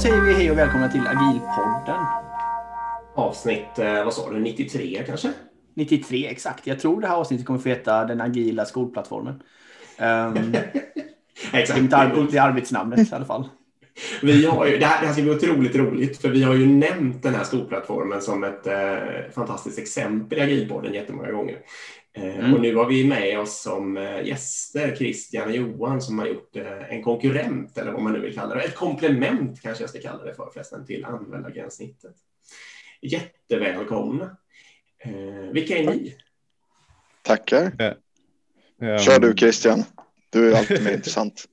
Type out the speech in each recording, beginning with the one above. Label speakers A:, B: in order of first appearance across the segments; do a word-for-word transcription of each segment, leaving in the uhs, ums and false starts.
A: säger vi hej och välkomna till Agilpodden.
B: Avsnitt, vad sa du, nittiotre kanske?
A: nittiotre, exakt. Jag tror det här avsnittet kommer få heta den agila skolplattformen. Um,
B: exakt.
A: Det är, ar- det är arbetsnamnet i alla fall.
B: Vi har ju, det, här, det här ska bli otroligt roligt, för vi har ju nämnt den här skolplattformen som ett eh, fantastiskt exempel i Agilpodden jättemånga gånger. Eh, mm. Och nu har vi med oss som eh, gäster Christian och Johan som har gjort eh, en konkurrent, eller vad man nu vill kalla det. Ett komplement kanske jag ska kalla det för förresten, till användargränssnittet. Jättevälkomna. Eh, vilka är ni?
C: Tackar.
D: Ja. Um...
C: Kör du Christian. Du är alltid mer intressant.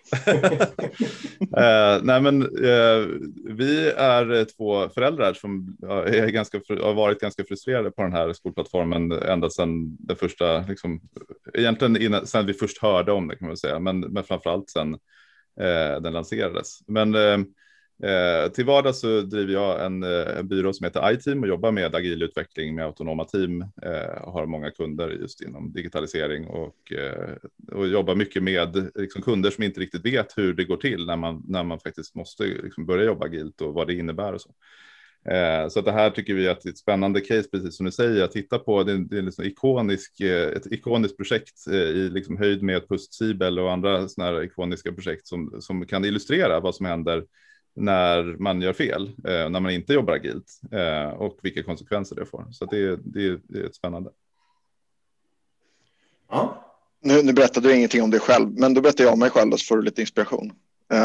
D: uh, nej men uh, vi är två föräldrar som uh, är ganska, har varit ganska frustrerade på den här skolplattformen ända sedan den första, liksom, egentligen innan, sedan vi först hörde om det kan man säga, men, men framförallt sedan uh, den lanserades. Men uh, Eh, till vardags så driver jag en, en byrå som heter iTeam och jobbar med agil utveckling med autonoma team. Eh, har många kunder just inom digitalisering och, eh, och jobbar mycket med liksom, kunder som inte riktigt vet hur det går till när man, när man faktiskt måste liksom, börja jobba agilt och vad det innebär och så. Eh, så att det här tycker vi att det är ett spännande case, precis som du säger, att titta på. Det, det är liksom ikonisk, ett ikoniskt projekt eh, i liksom höjd med Pust-Sibel och andra såna här ikoniska projekt som, som kan illustrera vad som händer när man gör fel, eh, när man inte jobbar agilt eh, och vilka konsekvenser det får. Så det, det, det är ett spännande.
B: Ja.
C: Nu, nu berättade du ingenting om dig själv, men då berättar jag om mig själv så får du lite inspiration. uh,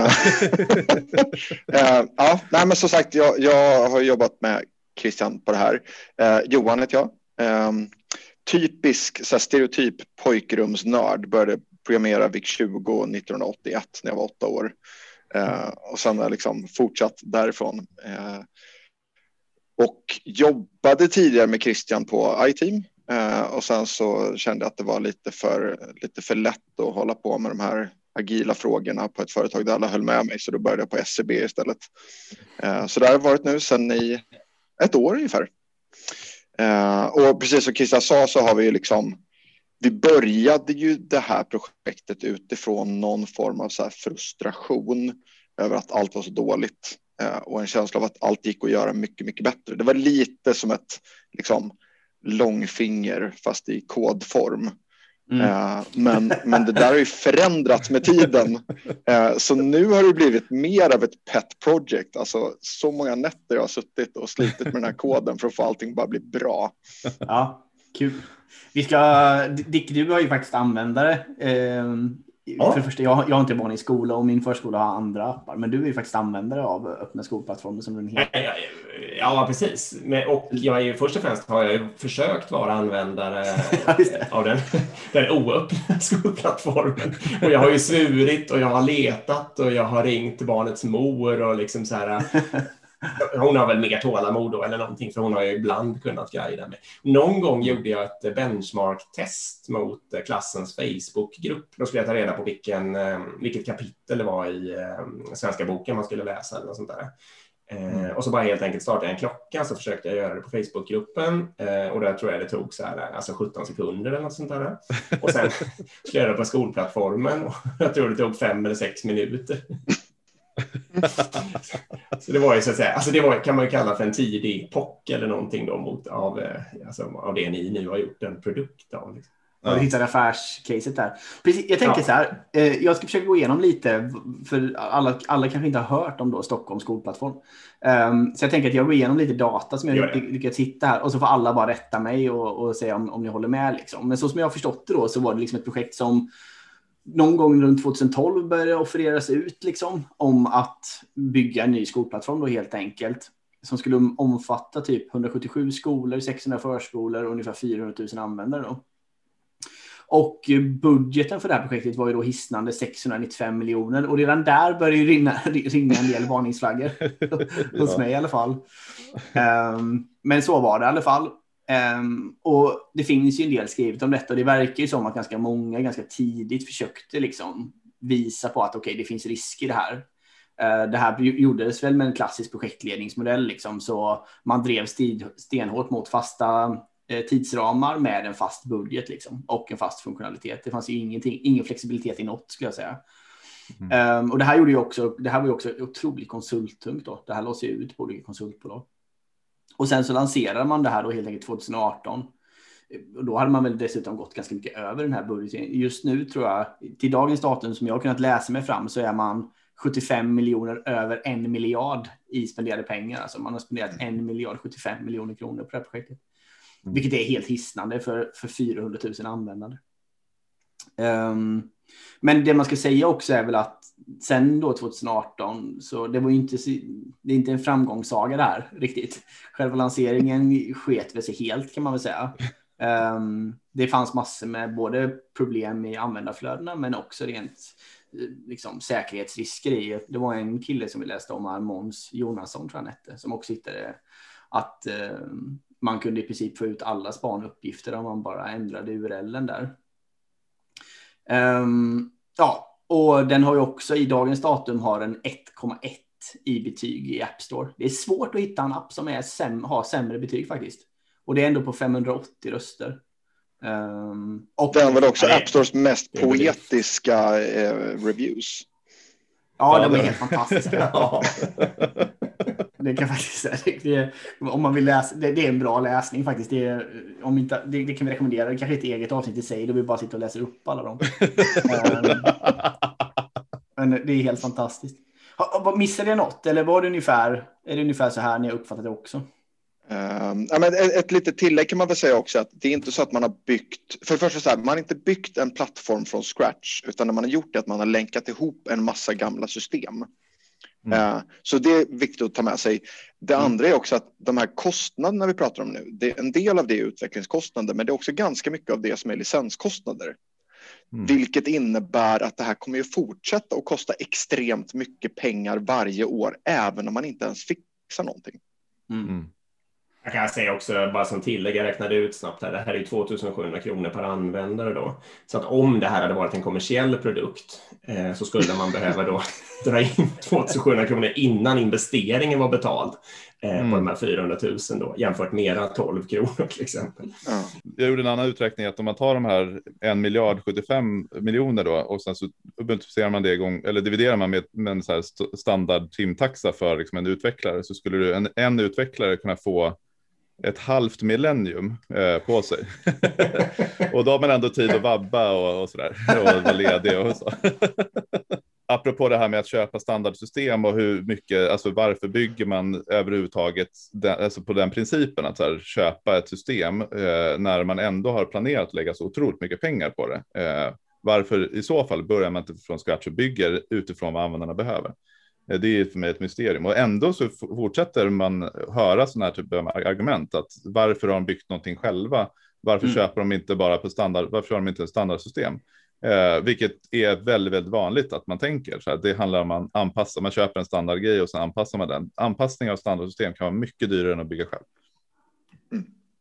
C: ja, nej, men som sagt, jag, jag har jobbat med Christian på det här. Uh, Johan heter jag. Um, typisk så här, stereotyp pojkrumsnörd. Började programmera V I C tjugo nittonhundraåttioett när jag var åtta år. Uh, och sen har jag liksom fortsatt därifrån. Uh, och jobbade tidigare med Christian på iTeam. Uh, och sen så kände jag att det var lite för, lite för lätt att hålla på med de här agila frågorna på ett företag där alla höll med mig. Så då började jag på S C B istället. Uh, så där har jag varit nu sedan i ett år ungefär. Uh, och precis som Christian sa så har vi liksom Vi började ju det här projektet utifrån någon form av så här frustration över att allt var så dåligt eh, och en känsla av att allt gick att göra mycket, mycket bättre. Det var lite som ett liksom, långfinger fast i kodform. Mm. Eh, men, men det där har ju förändrats med tiden. Eh, så nu har det blivit mer av ett pet project. Alltså så många nätter jag har suttit och slitit med den här koden för att få allting bara bli bra.
A: Ja, kul. Vi ska, Dick, du har ju faktiskt användare. Eh, ja. För det första, jag, jag har inte barn i skola och min förskola har andra appar. Men du är ju faktiskt användare av öppna skolplattformen som den heter.
B: Ja, ja precis. Men, och jag är ju först och främst har jag ju försökt vara användare av den, den oöppna skolplattformen. Och jag har ju svurit och jag har letat och jag har ringt barnets mor och liksom så här... Hon har väl mer tålamod då eller någonting, för hon har ju ibland kunnat guida mig. Någon gång gjorde jag ett benchmark-test mot klassens Facebook-grupp. Då skulle jag ta reda på vilken, vilket kapitel det var i svenska boken man skulle läsa eller något sånt där. Mm. Och så bara helt enkelt startade jag en klocka, så försökte jag göra det på Facebook-gruppen. Och där tror jag det tog så här, alltså sjutton sekunder eller något sånt där. Och sen skulle jag göra det på skolplattformen och jag tror det tog fem eller sex minuter. Så det var ju så att säga, alltså det var, kan man ju kalla för en tidig P O C eller någonting då mot av, alltså, av det ni nu har gjort en produkt av. Liksom.
A: Ja, du hittade affärscaset där. Precis, jag tänker ja. så här, eh, jag ska försöka gå igenom lite, för alla, alla kanske inte har hört om då Stockholms skolplattform. Um, så jag tänker att jag går igenom lite data som jag lyckats hitta här, och så får alla bara rätta mig och, och säga om, om ni håller med. Liksom. Men så som jag har förstått det då, så var det liksom ett projekt som någon gång runt tjugohundratolv började offereras ut liksom, om att bygga en ny skolplattform då helt enkelt. Som skulle omfatta typ hundrasjuttiosju skolor, sexhundra förskolor och ungefär fyrahundratusen användare då. Och budgeten för det här projektet var ju då hisnande sexhundranittiofem miljoner. Och redan där började ju ringa, ringa en del varningsflaggor. Hos ja. mig i alla fall. Um, men så var det i alla fall. Um, och det finns ju en del skrivet om detta. Och det verkar ju som att ganska många ganska tidigt försökte liksom visa på att okej, okay, det finns risk i det här. Uh, det här gjordes väl med en klassisk projektledningsmodell. Liksom, så man drev stid, stenhårt mot fasta tidsramar med en fast budget liksom, och en fast funktionalitet. Det fanns ju ingenting, ingen flexibilitet i något, skulle jag säga. Mm. Um, och det här gjorde ju också, det här var ju också otroligt konsulttungt då. Det här lås ju ut på olika konsultbolag. Och sen så lanserade man det här då helt enkelt tjugo arton. Och då hade man väl dessutom gått ganska mycket över den här budgeten. Just nu tror jag, till dagens datum som jag har kunnat läsa mig fram, så är man sjuttiofem miljoner över en miljard i spenderade pengar. Alltså man har spenderat en miljard sjuttiofem miljoner kronor på det här projektet. Mm. Vilket är helt hisnande för, för fyrahundratusen användare. Um, men det man ska säga också är väl att sen då tjugo arton, så det var ju inte, det är inte en framgångssaga det här riktigt. Själva lanseringen sket väl sig helt, kan man väl säga. Um, det fanns massor med både problem i användarflödena, men också rent liksom säkerhetsrisker i. Det var en kille som vi läste om här, Måns Jonasson tror jag han hette, som också hittade att uh, man kunde i princip få ut alla spanuppgifter om man bara ändrade U R L:en där. Um, ja, och den har ju också i dagens datum har en ett komma ett i betyg i App Store. Det är svårt att hitta en app som är säm- har sämre betyg faktiskt. Och det är ändå på femhundraåttio röster. Um, och
C: den var också App Stores mest poetiska eh, reviews.
A: Ja, de är helt fantastiska. Ja. Det kan faktiskt säga. Det är, om man vill läsa, det, det är en bra läsning faktiskt. Det, är, om inte, det, det kan vi rekommendera. Det kanske är ett eget avsnitt i sig. Då vi bara sitter och läser upp alla dem. um, men det är helt fantastiskt. Ha, missade jag något? Eller var det ungefär, är det ungefär så här ni har uppfattat det också?
C: Um, ja, men ett, ett litet tillägg kan man väl säga också, att det är inte så att man har byggt, för det första så här, man har inte byggt en plattform från scratch, utan när man har gjort det att man har länkat ihop en massa gamla system. Mm. Uh, så det är viktigt att ta med sig. Det mm. andra är också att de här kostnaderna vi pratar om nu, det är en del av det är utvecklingskostnader, men det är också ganska mycket av det som är licenskostnader. Mm. Vilket innebär att det här kommer ju fortsätta att kosta extremt mycket pengar varje år, även om man inte ens fixar någonting.
B: Mm. Jag kan säga också, bara som tillägg, jag räknade ut snabbt här, det här är tjugosjuhundra kronor per användare då. Så att om det här hade varit en kommersiell produkt eh, så skulle man behöva då dra in tjugosjuhundra kronor innan investeringen var betald eh, mm. på de här fyrahundratusen då, jämfört med era tolv kronor till exempel.
C: Ja.
D: Jag gjorde en annan uträkning att om man tar de här en miljard sjuttiofem miljoner då och sen så multiplicerar man det igång, eller dividerar man med, med en så här standard timtaxa för liksom en utvecklare, så skulle du en, en utvecklare kunna få ett halvt millennium eh, på sig. Och då har man ändå tid att vabba och, och sådär. Och vara ledig och så. Apropå det här med att köpa standardsystem och hur mycket, alltså varför bygger man överhuvudtaget den, alltså på den principen att så här, köpa ett system eh, när man ändå har planerat att lägga så otroligt mycket pengar på det. Eh, varför i så fall börjar man inte från scratch och bygger utifrån vad användarna behöver? Det är för mig ett mysterium. Och ändå så fortsätter man höra sådana här typer av argument. Att varför har de byggt någonting själva? Varför mm. köper de inte bara på standard? Varför har de inte ett standardsystem? Eh, vilket är väldigt, väldigt vanligt att man tänker. Så här, det handlar om att man anpassar. Man köper en standardgrej och så anpassar man den. Anpassning av standardsystem kan vara mycket dyrare än att bygga själv. Mm.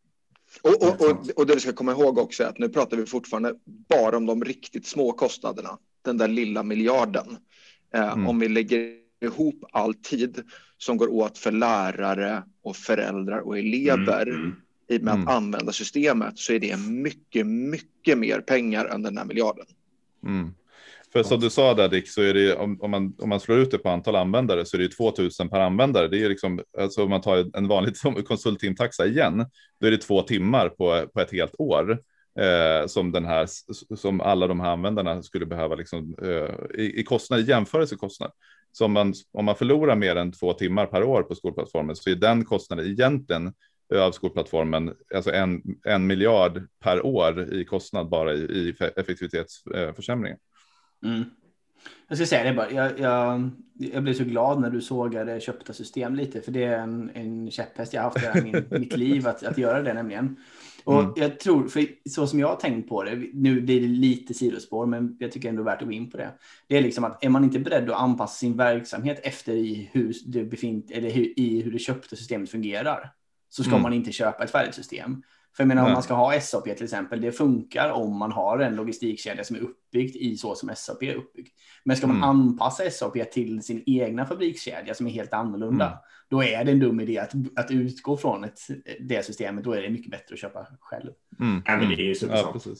C: Och, och, och, och det vi ska komma ihåg också är att nu pratar vi fortfarande bara om de riktigt små kostnaderna. Den där lilla miljarden. Eh, mm. Om vi lägger ihop all tid som går åt för lärare och föräldrar och elever mm, mm, i med mm. att använda systemet, så är det mycket, mycket mer pengar än den här miljarden.
D: Mm. För som du sa där Dick, så är det, om, om, man, om man slår ut det på antal användare så är det tvåtusen per användare. Det är liksom, alltså om man tar en vanlig konsulttimtaxa igen, då är det två timmar på, på ett helt år. Eh, som den här, som alla de här användarna skulle behöva liksom, eh, i, i kostnad, i jämförelsekostnad. Så om man, om man förlorar mer än två timmar per år på skolplattformen, så är den kostnaden egentligen av skolplattformen alltså en, en miljard per år i kostnad bara i, i effektivitetsförsämringen.
A: Mm. Jag ska säga det bara, jag, jag, jag blev så glad när du sågade köpta system lite, för det är en, en käpphäst jag har haft i min, mitt liv att, att göra det nämligen. Och mm. jag tror, för så som jag har tänkt på det, nu blir det lite sidospår, men jag tycker ändå värt att gå in på det. Det är liksom att är man inte beredd att anpassa sin verksamhet efter i hur det befint, eller hur, i hur det köpta systemet fungerar, så ska mm. man inte köpa ett färdigt system. För jag menar, Nej. om man ska ha S A P till exempel, det funkar om man har en logistikkedja som är uppbyggd i så som S A P är uppbyggd. Men ska man mm. anpassa S A P till sin egna fabrikskedja som är helt annorlunda, mm. då är det en dum idé att, att utgå från ett, det systemet. Då är det mycket bättre att köpa själv.
B: Mm. Ja, men det är ju supersant.
D: Ja, precis.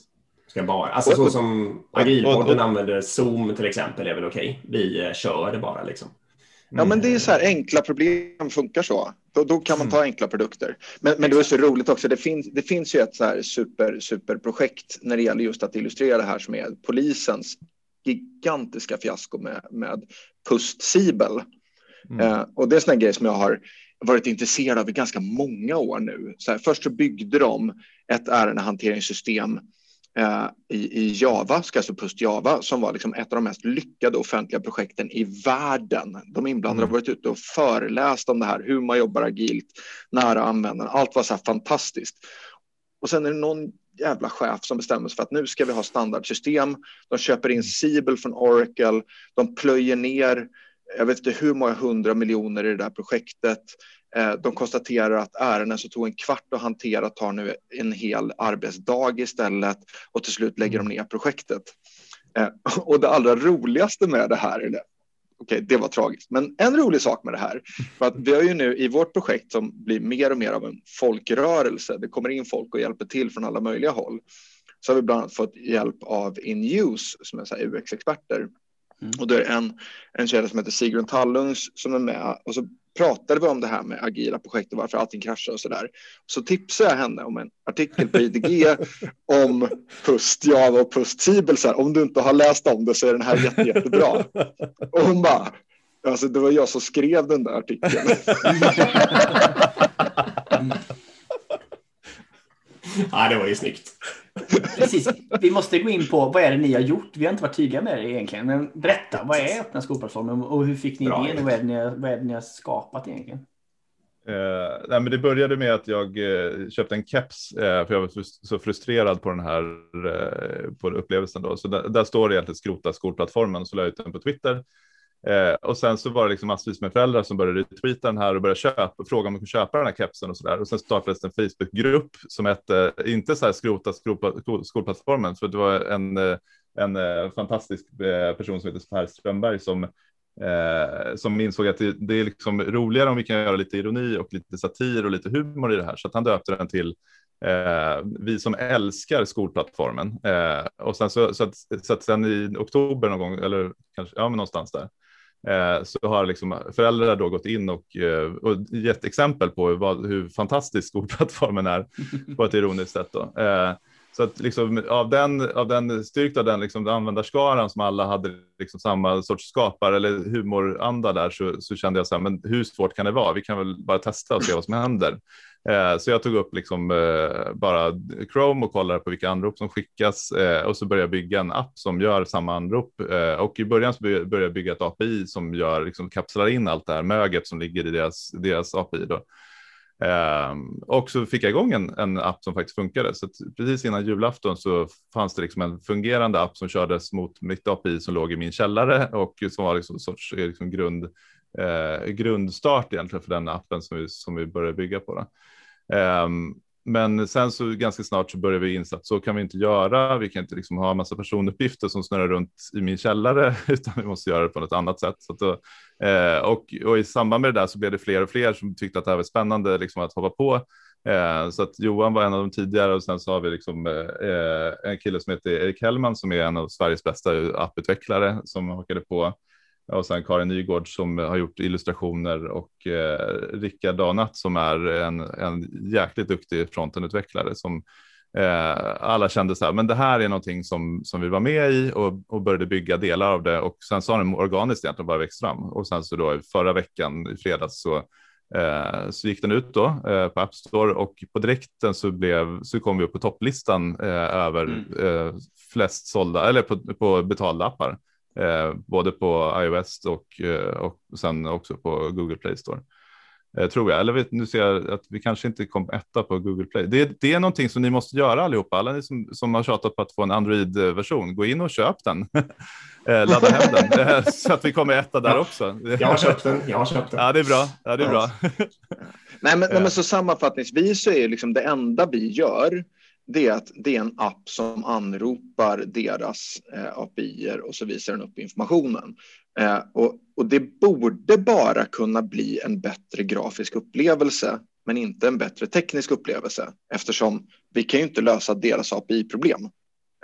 B: Ska bara, alltså och, så som Agilpodden använder Zoom till exempel är väl okej. Vi kör det bara liksom.
C: Ja, men det är så här, enkla problem funkar så. Då, då kan man ta enkla produkter. Men, men det är så roligt också. Det finns, det finns ju ett så här super, super projekt när det gäller just att illustrera det här som är polisens gigantiska fiasko med, med Pust-Siebel. Mm. Eh, och det är såna grejer som jag har varit intresserad av i ganska många år nu. Så här, först så byggde de ett ärendehanteringssystem Uh, i, i Java, ska alltså Pust Java, som var liksom ett av de mest lyckade offentliga projekten i världen. De inblandade mm. har varit ute och föreläst om det här, hur man jobbar agilt, nära användaren. Allt var så här fantastiskt. Och sen är det någon jävla chef som bestämmer sig för att nu ska vi ha standardsystem. De köper in Siebel från Oracle. De plöjer ner, jag vet inte hur många hundra miljoner i det där projektet. De konstaterar att ärenden som tog en kvart att hantera tar nu en hel arbetsdag istället, och till slut lägger de ner projektet. Och det allra roligaste med det här, eller, okej, det var tragiskt, men en rolig sak med det här för att vi har ju nu i vårt projekt som blir mer och mer av en folkrörelse, det kommer in folk och hjälper till från alla möjliga håll, så har vi bland annat fått hjälp av InUse som är så här U X-experter. Mm. Och det är en, en tjej som heter Sigrun Tallungs som är med, och så pratade vi om det här med agila projekt och varför allting kraschar och sådär. Så tipsade jag henne om en artikel på I D G om Pust Java och Pust Siebel. Om du inte har läst om det så är den här jätte, jättebra. Och hon bara, alltså det var jag som skrev den där artikeln.
B: Ja, det var ju snyggt.
A: Precis, vi måste gå in på vad är det ni har gjort. Vi har inte varit tydliga med det egentligen. Men berätta, vad är öppna skolplattformen och hur fick ni Bra, idén och vad är det ni har, vad är det ni har skapat egentligen?
D: Eh, nej, men det började med att jag eh, köpte en keps eh, för jag var så frustrerad på den här eh, på upplevelsen då. Så där, där står det egentligen skrota skolplattformen, så la jag ut den på Twitter. Eh, och sen så var det liksom massvis med föräldrar som började retweeta den här och började köpa och fråga om man kunde köpa den här kepsen och sådär. Och sen startades en Facebookgrupp som hette, inte så här skrota skolplattformen, för det var en, en fantastisk person som heter Per Strömberg som, eh, som insåg att det, det är liksom roligare om vi kan göra lite ironi och lite satir och lite humor i det här. Så att han döpte den till Eh, vi som älskar skolplattformen. Eh, och sen så, så, att, så att sen i oktober någon gång, eller kanske ja, men någonstans där, eh, så har liksom föräldrar då gått in och, eh, och gett exempel på vad, hur fantastisk skolplattformen är på ett ironiskt sätt då. Eh, så att liksom av den, av den styrkt av den liksom användarskaran som alla hade liksom samma sorts skapar eller humoranda där, så, så kände jag så här, men hur svårt kan det vara? Vi kan väl bara testa och se vad som händer. Eh, så jag tog upp liksom eh, bara Chrome och kollade på vilka anrop som skickas, eh, och så började jag bygga en app som gör samma anrop, eh, och i början så började jag bygga ett A P I som gör, liksom, kapslar in allt det här möget som ligger i deras, deras A P I då. Um, och så fick jag igång en, en app som faktiskt funkade. Så precis innan julafton så fanns det liksom en fungerande app som kördes mot mitt A P I som låg i min källare och som var liksom en sorts liksom grund, eh, grundstart egentligen för den appen som vi, som vi började bygga på. Då. Um, men sen så ganska snart så började vi inse att så kan vi inte göra. Vi kan inte liksom ha en massa personuppgifter som snurrar runt i min källare, utan vi måste göra det på något annat sätt. Så att då, eh, och, och i samband med det där så blev det fler och fler som tyckte att det här var spännande liksom, att hoppa på. Eh, så att Johan var en av de tidigare, och sen så har vi liksom, eh, en kille som heter Erik Hellman som är en av Sveriges bästa apputvecklare som hakade på. Och sen Karin Nygård som har gjort illustrationer, och eh, Rickard Danat som är en, en jäkligt duktig frontenutvecklare som eh, alla kände så här, men det här är någonting som, som vi var med i och, och började bygga delar av det, och sen så har den organiskt egentligen bara växt fram. Och sen så då förra veckan i fredags så, eh, så gick den ut då eh, på App Store, och på direkten så, blev, så kom vi upp på topplistan eh, över mm. eh, flest sålda, eller på, på betalda appar. Eh, både på iOS och, eh, och sen också på Google Play Store. Eh, tror jag. Eller vet, nu ser jag att vi kanske inte kom etta på Google Play. Det, det är någonting som ni måste göra allihopa. Alla ni som, som har tjatat på att få en Android-version. Gå in och köp den. eh, ladda hem den. Eh, så att vi kommer etta där också.
B: Jag har köpt den. Jag har köpt den.
D: Ja, det är bra. Ja, det är bra.
C: nej, men, nej, men så sammanfattningsvis så är liksom det enda vi gör, det är att det är en app som anropar deras eh, A P I-er och så visar den upp informationen. Eh, och, och det borde bara kunna bli en bättre grafisk upplevelse, men inte en bättre teknisk upplevelse, eftersom vi kan ju inte lösa deras A P I-problem.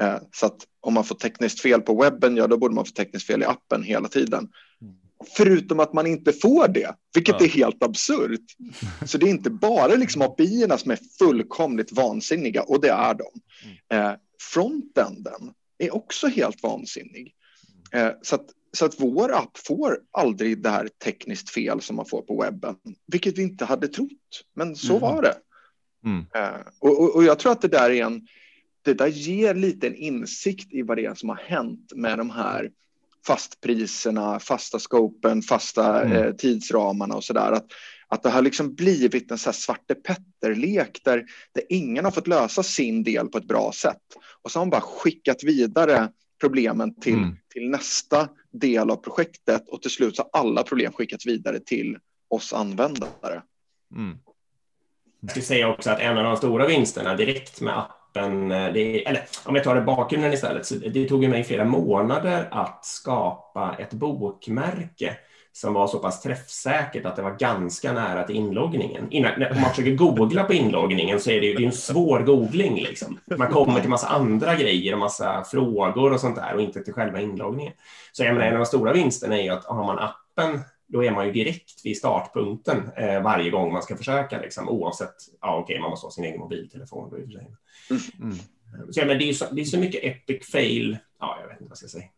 C: Eh, så att om man får tekniskt fel på webben, ja då borde man få tekniskt fel i appen hela tiden. Mm. Förutom att man inte får det, vilket ja. är helt absurt. Så det är inte bara liksom A P I-erna som är fullkomligt vansinniga, och det är de. Mm. Eh, frontenden är också helt vansinnig. Eh, så att Så att vår app får aldrig det här tekniskt fel som man får på webben. Vilket vi inte hade trott. Men så mm. var det. Mm. Uh, och, och, och jag tror att det där är en... Det där ger lite en insikt i vad det är som har hänt med de här fastpriserna, fasta scopen, fasta mm. eh, tidsramarna och sådär. Att, att det har liksom blivit en så här Svarte Petter-lek där, där ingen har fått lösa sin del på ett bra sätt. Och så har man bara skickat vidare problemen till, mm. till nästa del av projektet, och till slut så har alla problem skickats vidare till oss användare.
B: Mm. Jag skulle säga också att en av de stora vinsterna direkt med appen, det, eller om jag tar det bakgrunden istället, så det tog ju mig flera månader att skapa ett bokmärke som var så pass träffsäkert att det var ganska nära till inloggningen. Innan, om man försöker googla på inloggningen så är det ju det är en svår googling. Liksom. Man kommer till massa andra grejer och massa frågor och sånt där, och inte till själva inloggningen. Så jag menar, en av de stora vinsterna är ju att har man appen, då är man ju direkt vid startpunkten eh, varje gång man ska försöka. Liksom, oavsett, ja okej, okay, man måste ha sin egen mobiltelefon då i och för sig. Mm. Så jag menar, det är så, det är så mycket epic fail. Ja, jag vet inte vad jag ska säga.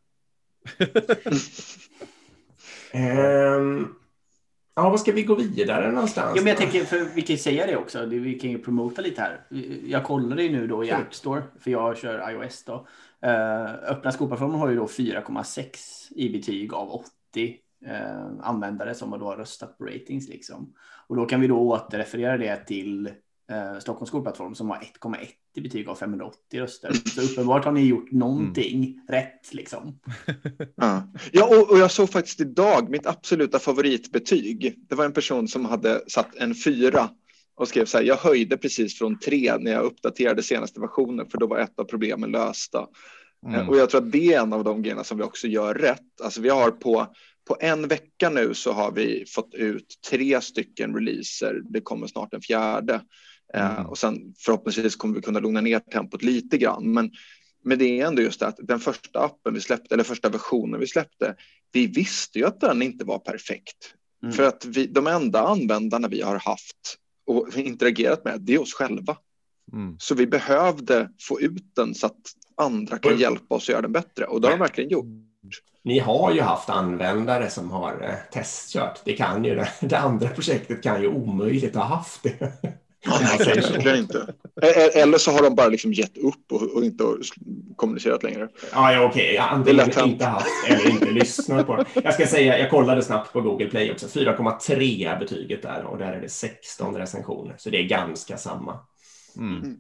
B: Um, ja, vad ska vi gå vidare någonstans?
A: Ja, men jag tänker, för vi kan ju säga det också, vi kan ju promota lite här. Jag kollade ju nu då i App Store, för jag kör iOS då. Uh, öppna skolplattformen har ju då fyra komma sex i betyg av åttio uh, användare som har då röstat på ratings liksom. Och då kan vi då återreferera det till uh, Stockholms skolplattform som har ett komma ett i betyg av femhundraåttio röster. Så uppenbart har ni gjort någonting mm. rätt liksom.
C: Ja, ja och, och jag såg faktiskt idag mitt absoluta favoritbetyg. Det var en person som hade satt en fyra och skrev så här: jag höjde precis från tre när jag uppdaterade senaste versionen, för då var ett av problemen lösta. Mm. Och jag tror att det är en av de grejerna som vi också gör rätt. Alltså vi har på, på en vecka nu så har vi fått ut tre stycken releaser. Det kommer snart en fjärde. Mm. Uh, och sen förhoppningsvis kommer vi kunna lugna ner tempot lite grann. Men, men det är ändå just det att den första appen vi släppte, eller första versionen vi släppte, vi visste ju att den inte var perfekt. Mm. För att vi, de enda användarna vi har haft och interagerat med, det är oss själva. Mm. Så vi behövde få ut den så att andra kan mm. hjälpa oss att göra den bättre. Och det har de verkligen gjort.
B: Ni har ju haft användare som har eh, testkört. Det kan ju det. Det andra projektet kan ju omöjligt ha haft det.
C: Ja, nej, verkligen inte. Eller så har de bara liksom gett upp och, och inte kommunicerat längre.
B: Ja, ja okej. Okay. Jag antingen inte haft eller inte lyssnat på det. Jag ska säga, jag kollade snabbt på Google Play också. fyra komma tre betyget där, och där är det sexton recensioner. Så det är ganska samma. Mm. Mm.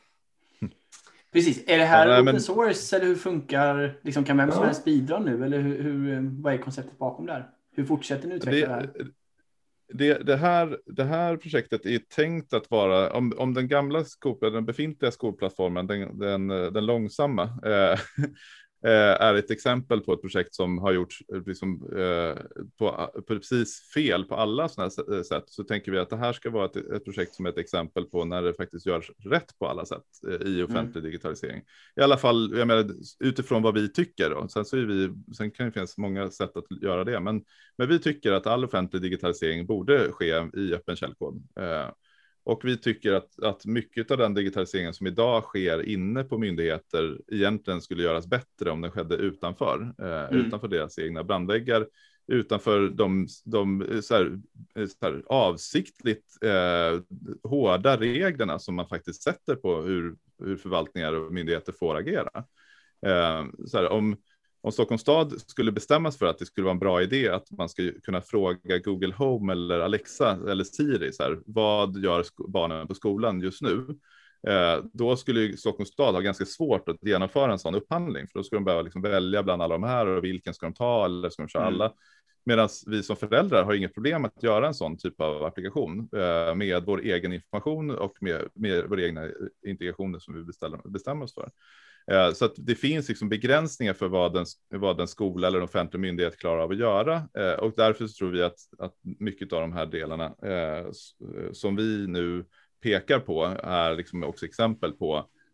A: Precis. Är det här ja, nej, open men... source eller hur funkar, liksom, kan vem som helst bidra nu? Eller hur, hur, vad är konceptet bakom där? Hur fortsätter ni utveckla det, det här?
D: Det, det här? Det här projektet är tänkt att vara, om, om den gamla skol, den befintliga skolplattformen, den, den, den långsamma, eh, är ett exempel på ett projekt som har gjorts liksom, eh, på, på precis fel på alla sådana här sätt, så tänker vi att det här ska vara ett, ett projekt som är ett exempel på när det faktiskt görs rätt på alla sätt eh, i offentlig mm. digitalisering. I alla fall, jag menar, utifrån vad vi tycker då. Sen, så är vi, sen kan det finnas många sätt att göra det, men, men vi tycker att all offentlig digitalisering borde ske i öppen källkod. Eh, Och vi tycker att, att mycket av den digitaliseringen som idag sker inne på myndigheter egentligen skulle göras bättre om den skedde utanför. Eh, mm. Utanför deras egna brandväggar. Utanför de, de så här, så här, avsiktligt eh, hårda reglerna som man faktiskt sätter på hur, hur förvaltningar och myndigheter får agera. Eh, så här, om... Om Stockholms stad skulle bestämmas för att det skulle vara en bra idé att man ska kunna fråga Google Home eller Alexa eller Siri så här, vad gör barnen på skolan just nu? Eh, då skulle Stockholms stad ha ganska svårt att genomföra en sån upphandling, för då skulle de behöva liksom välja bland alla de här och vilken ska de ta eller ska de köra alla? Mm. Medan vi som föräldrar har inget problem att göra en sån typ av applikation eh, med vår egen information och med, med våra egna integrationer som vi bestämmer, bestämmer oss för. Så att det finns liksom begränsningar för vad en, vad en skola eller en offentlig myndighet klarar av att göra. Och därför så tror vi att, att mycket av de här delarna eh, som vi nu pekar på är liksom också exempel på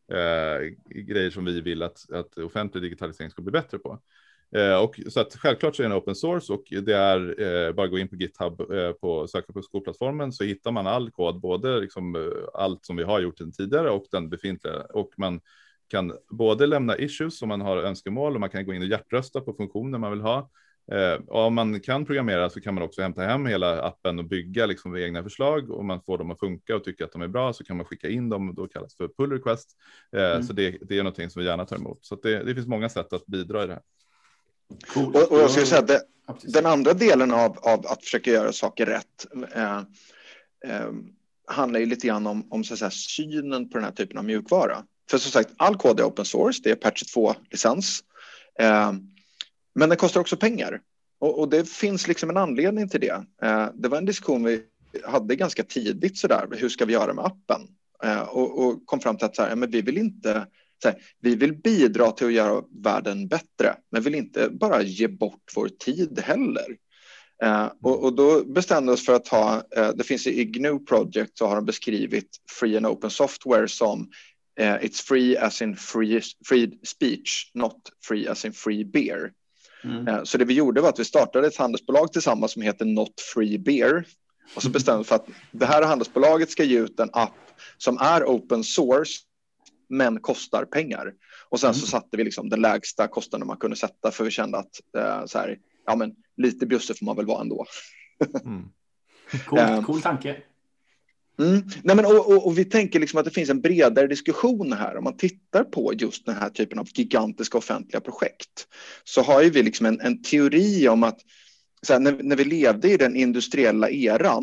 D: eh, grejer som vi vill att, att offentlig digitalisering ska bli bättre på. Eh, och så att självklart så är den open source och det är eh, bara gå in på GitHub eh, på söka på skolplattformen så hittar man all kod, både liksom, eh, allt som vi har gjort tidigare och den befintliga, och man kan både lämna issues om man har önskemål och man kan gå in och hjärtrösta på funktioner man vill ha. Eh, och om man kan programmera så kan man också hämta hem hela appen och bygga liksom egna förslag, och man får dem att funka och tycker att de är bra så kan man skicka in dem och då kallas för pull request. Eh, mm. Så det, det är någonting som vi gärna tar emot. Så att det, det finns många sätt att bidra i det här.
C: Cool. Och, och jag skulle säga att det, den andra delen av, av att försöka göra saker rätt eh, eh, handlar ju lite grann om, om så att säga, synen på den här typen av mjukvara. För som sagt, all kod är open source, det är Apache två-licens. Eh, men det kostar också pengar. Och, och det finns liksom en anledning till det. Eh, det var en diskussion vi hade ganska tidigt sådär, hur ska vi göra med appen? Eh, och, och kom fram till att så här, men vi vill inte... Så här, vi vill bidra till att göra världen bättre, men vill inte bara ge bort vår tid heller. Eh, och, och då bestämde oss för att ha, eh, det finns i G N U Project så har de beskrivit free and open software som eh, it's free as in free, free speech, not free as in free beer. Mm. Eh, så det vi gjorde var att vi startade ett handelsbolag tillsammans som heter Not Free Beer. Och så bestämde vi för att det här handelsbolaget ska ge ut en app som är open source men kostar pengar. Och sen mm. så satte vi liksom den lägsta kostnaden man kunde sätta, för vi kände att eh, så här, ja, men lite bjusse får man väl vara ändå.
A: mm. cool, um, cool tanke.
C: Mm. Nej, men, och, och, och vi tänker liksom att det finns en bredare diskussion här. Om man tittar på just den här typen av gigantiska offentliga projekt så har ju vi liksom en, en teori om att så här, när, när vi levde i den industriella eran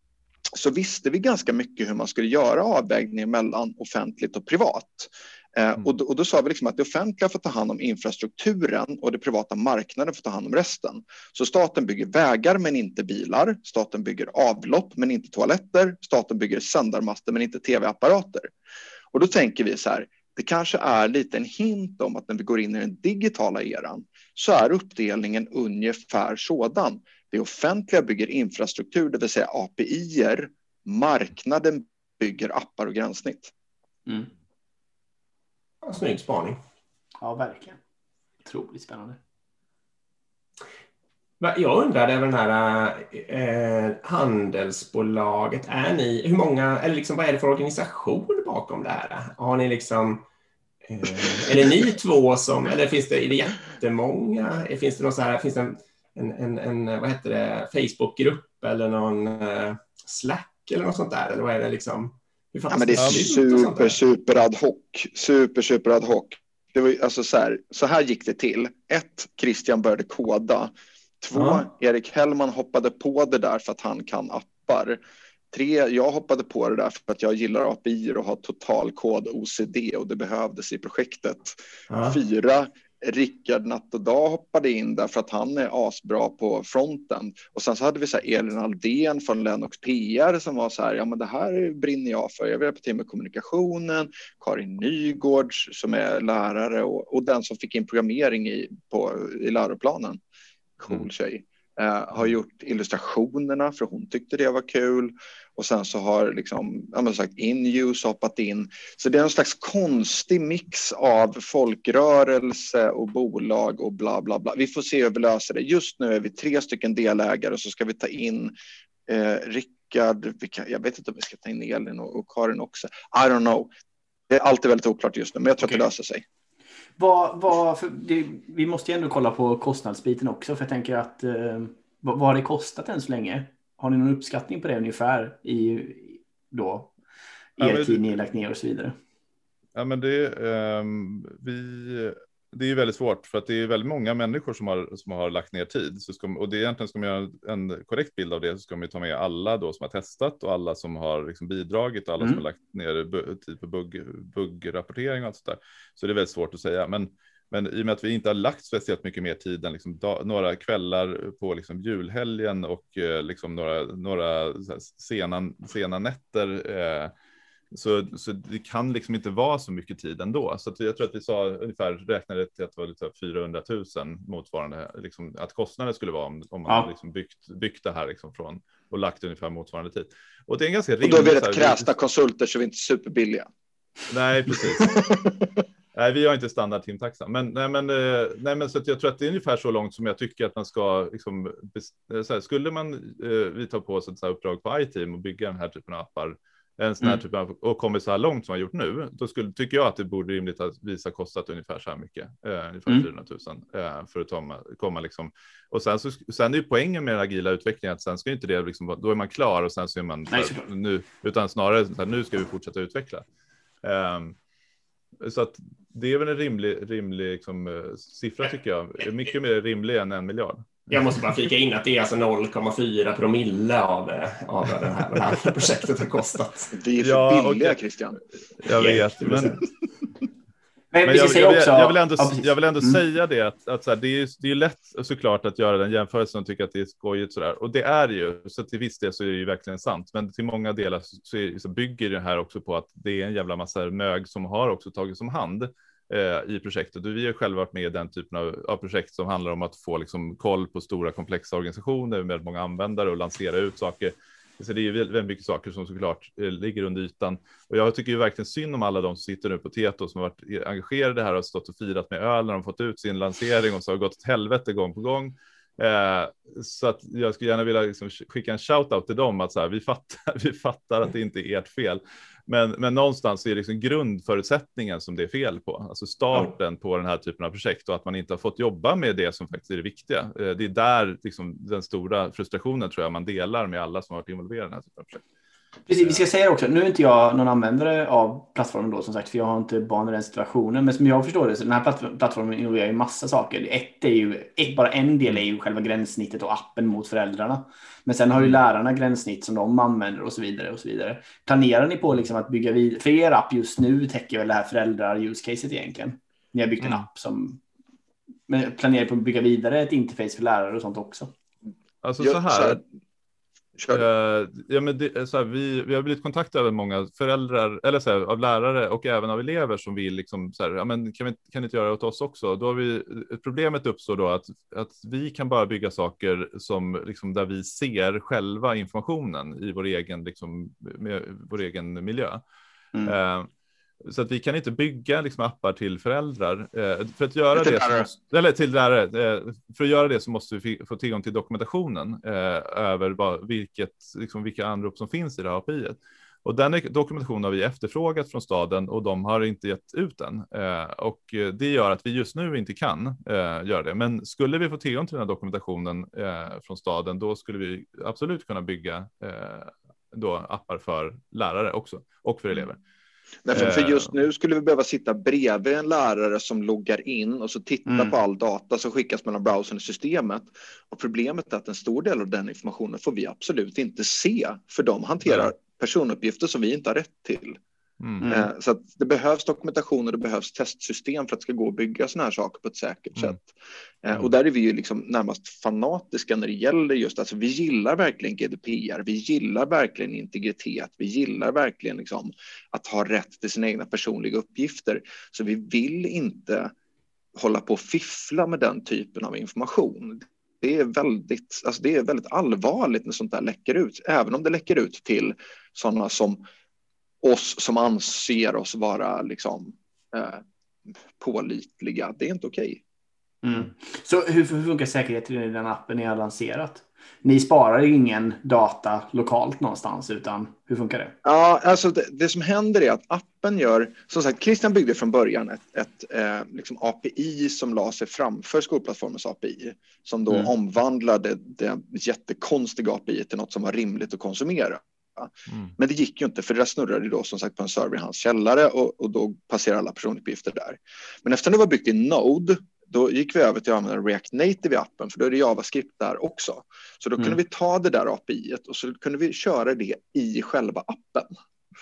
C: så visste vi ganska mycket hur man skulle göra avvägningen mellan offentligt och privat. Mm. Och, då, och då sa vi liksom att det offentliga får ta hand om infrastrukturen och det privata marknaden får ta hand om resten. Så staten bygger vägar men inte bilar. Staten bygger avlopp men inte toaletter. Staten bygger sändarmaster men inte tv-apparater. Och då tänker vi så här, det kanske är lite en hint om att när vi går in i den digitala eran så är uppdelningen ungefär sådan. Det offentliga bygger infrastruktur, det vill säga A P I-er. Marknaden bygger appar och gränssnitt.
A: Mm.
B: Ja, snygg spaning.
A: Ja, verkligen. Otroligt spännande.
B: Jag undrar över den här eh, handelsbolaget. Är ni, hur många, eller liksom, vad är det för organisation bakom det här? Har ni liksom, eh, är det ni två som, eller finns det, är det jättemånga? Finns det någon så här, finns det en, en, en, en vad heter det, Facebookgrupp eller någon eh, Slack eller något sånt där? Eller vad är det liksom?
C: Ja, men det är super, super ad hoc. Super, super ad hoc. Det var, alltså så, här, så här gick det till. Ett, Christian började koda. Två, ja. Erik Hellman hoppade på det där för att han kan appar. Tre, jag hoppade på det där för att jag gillar A P I och har totalkod O C D och det behövdes i projektet. Ja. Fyra, Rickard natt och dag hoppade in där för att han är asbra på fronten. Och sen så hade vi så här Elin Aldén från Lennox P R som var så här, ja men det här brinner jag för. Jag vill hjälpa till med kommunikationen. Karin Nygårds som är lärare och, och den som fick in programmering i, på, i läroplanen. Cool mm. tjej. Uh, har gjort illustrationerna för hon tyckte det var kul. Och sen så har liksom, ja, men sagt, InUse hoppat in. Så det är en slags konstig mix av folkrörelse och bolag och bla bla bla. Vi får se hur vi löser det. Just nu är vi tre stycken delägare och så ska vi ta in eh, Rickard. Vi kan, jag vet inte om vi ska ta in Elin och, och Karin också. I don't know. Det är alltid väldigt oklart just nu, men jag tror okay. att det löser sig.
A: Vad, vad, för det, vi måste ju ändå kolla på kostnadsbiten också, för jag tänker att eh, vad, vad har det kostat än så länge? Har ni någon uppskattning på det ungefär i då er ja, tid ni lagt ner och så vidare?
D: Ja, men det, eh, vi, det är ju väldigt svårt för att det är väldigt många människor som har, som har lagt ner tid. Så ska, och det är egentligen, ska man göra en korrekt bild av det så ska man ju ta med alla då som har testat och alla som har liksom bidragit och alla mm. som har lagt ner tid på bugg, buggrapportering och allt sånt där. Så det är väldigt svårt att säga. Men, men i och med att vi inte har lagt speciellt mycket mer tid än liksom dag, några kvällar på liksom julhelgen och eh, liksom några, några så här, sena, sena nätter eh, Så, så det kan liksom inte vara så mycket tid ändå. Så att jag tror att vi sa ungefär, räknade till att det var lite fyrahundratusen motsvarande, liksom, att kostnaden skulle vara om, om man ja. liksom byggt, byggt det här liksom från, och lagt ungefär motsvarande tid. Och det är en ganska rimlig...
C: Och då är vi rätt kräsna konsulter så vi är inte superbilliga.
D: Nej, precis. Nej, vi har inte standard timtaxa. Men, nej, men, nej, men så att jag tror att det är ungefär så långt som jag tycker att man ska... Liksom, så här, skulle man eh, vi ta på oss ett så här uppdrag på iTeam och bygga den här typen av appar en sån här mm. typ av, och kommer så här långt som man gjort nu, då skulle, tycker jag att det borde rimligt att visa kostat ungefär så här mycket, eh, ungefär mm. fyrahundratusen eh, för att ta, komma liksom. Och sen, så, sen är ju poängen med den agila utvecklingen att sen ska inte det liksom, då är man klar och sen så är man
A: Nej,
D: här, nu, utan snarare så här, nu ska vi fortsätta utveckla. Eh, så att det är väl en rimlig, rimlig liksom, siffra tycker jag, mycket mer rimlig än en miljard.
B: Jag måste bara flika in att det är alltså noll komma fyra promille av, av det här, det här projektet har kostat.
C: Vi är för ja, billiga, och, Christian.
D: Jag vet, men... men,
A: men
D: jag, jag, jag, jag vill ändå,
A: ja,
D: jag vill ändå
A: mm.
D: säga det, att, att så här, det, är, det är lätt såklart att göra den jämförelsen och tycka att det är skojigt sådär. Och det är det ju, så till viss del så är det ju verkligen sant. Men till många delar så, så, är, så bygger det här också på att det är en jävla massa mög som har också tagits om hand i projektet, och vi har själva varit med i den typen av, av projekt som handlar om att få liksom koll på stora komplexa organisationer med många användare och lansera ut saker. Så det är ju väldigt mycket saker som såklart eh, ligger under ytan, och jag tycker ju verkligen synd om alla de som sitter nu på Tieto som har varit engagerade här och stått och firat med öl när de fått ut sin lansering och så har gått ett helvete gång på gång. Eh, så att jag skulle gärna vilja liksom skicka en shoutout till dem att så här, vi, fattar, vi fattar att det inte är ert fel. Men, men någonstans är det liksom grundförutsättningen som det är fel på. Alltså starten på den här typen av projekt, och att man inte har fått jobba med det som faktiskt är det viktiga. Eh, det är där liksom den stora frustrationen tror jag man delar med alla som har varit involverade i den här typen av projekt.
A: Precis, vi ska säga också, nu är inte jag någon användare av plattformen då som sagt, för jag har inte barn i den situationen, men som jag förstår det så den här platt- plattformen involverar ju massa saker. Ett är ju, ett, bara en del är ju själva gränssnittet och appen mot föräldrarna, men sen har ju lärarna gränssnitt som de använder och så vidare och så vidare. Planerar ni på liksom att bygga vidare, för er app just nu täcker väl det här föräldrar-use-caset egentligen? Ni har byggt en mm. app som, men planerar på att bygga vidare ett interface för lärare och sånt också?
D: Alltså så här... Uh, ja, men det, så här, vi, vi har blivit kontaktade av många föräldrar eller så här, av lärare och även av elever som vill liksom, så här, ja, men kan vi kan ni inte göra det åt oss också? Då har vi, problemet uppstår då att, att vi kan bara bygga saker som, liksom, där vi ser själva informationen i vår egen, liksom, med vår egen miljö. Mm. Uh, Så att vi kan inte bygga liksom appar till föräldrar. Eh, för att göra det, så måste, eller till lärare. Eh, för att göra det så måste vi få tillgång till dokumentationen eh, över vad, vilket, liksom, vilka anrop som finns i det här A P I-et. Och den dokumentationen har vi efterfrågat från staden och de har inte gett ut den. Eh, och det gör att vi just nu inte kan eh, göra det. Men skulle vi få tillgång till den här dokumentationen eh, från staden, då skulle vi absolut kunna bygga eh, då appar för lärare också och för elever.
C: Därför, för just nu skulle vi behöva sitta bredvid en lärare som loggar in och så titta mm. på all data som skickas mellan browsern och systemet. Och problemet är att en stor del av den informationen får vi absolut inte se, för de hanterar mm. personuppgifter som vi inte har rätt till. Mm. Så att det behövs dokumentation och det behövs testsystem för att det ska gå att bygga såna här saker på ett säkert mm. sätt. Mm. Och där är vi ju liksom närmast fanatiska när det gäller just, alltså vi gillar verkligen G D P R, vi gillar verkligen integritet, vi gillar verkligen liksom att ha rätt till sina egna personliga uppgifter. Så vi vill inte hålla på och fiffla med den typen av information. Det är väldigt, alltså det är väldigt allvarligt när sånt där läcker ut, även om det läcker ut till sådana som oss som anser oss vara liksom eh, pålitliga. Det är inte okej.
A: Mm. Så hur, hur funkar säkerheten i den appen ni har lanserat? Ni sparar ingen data lokalt någonstans, utan hur funkar det?
C: Ja, alltså det, det som händer är att appen gör, som sagt, Christian byggde från början ett, ett eh, liksom A P I som la sig framför skolplattformens A P I, som då mm. omvandlade det jättekonstiga A P I till något som var rimligt att konsumera. Mm. Men det gick ju inte, för det där snurrade då som sagt på en server i hans källare och, och då passerar alla personuppgifter där. Men efter det var byggt i Node, då gick vi över till att använda React Native i appen, för då är det JavaScript där också. Så då mm. kunde vi ta det där A P I-et och så kunde vi köra det i själva appen.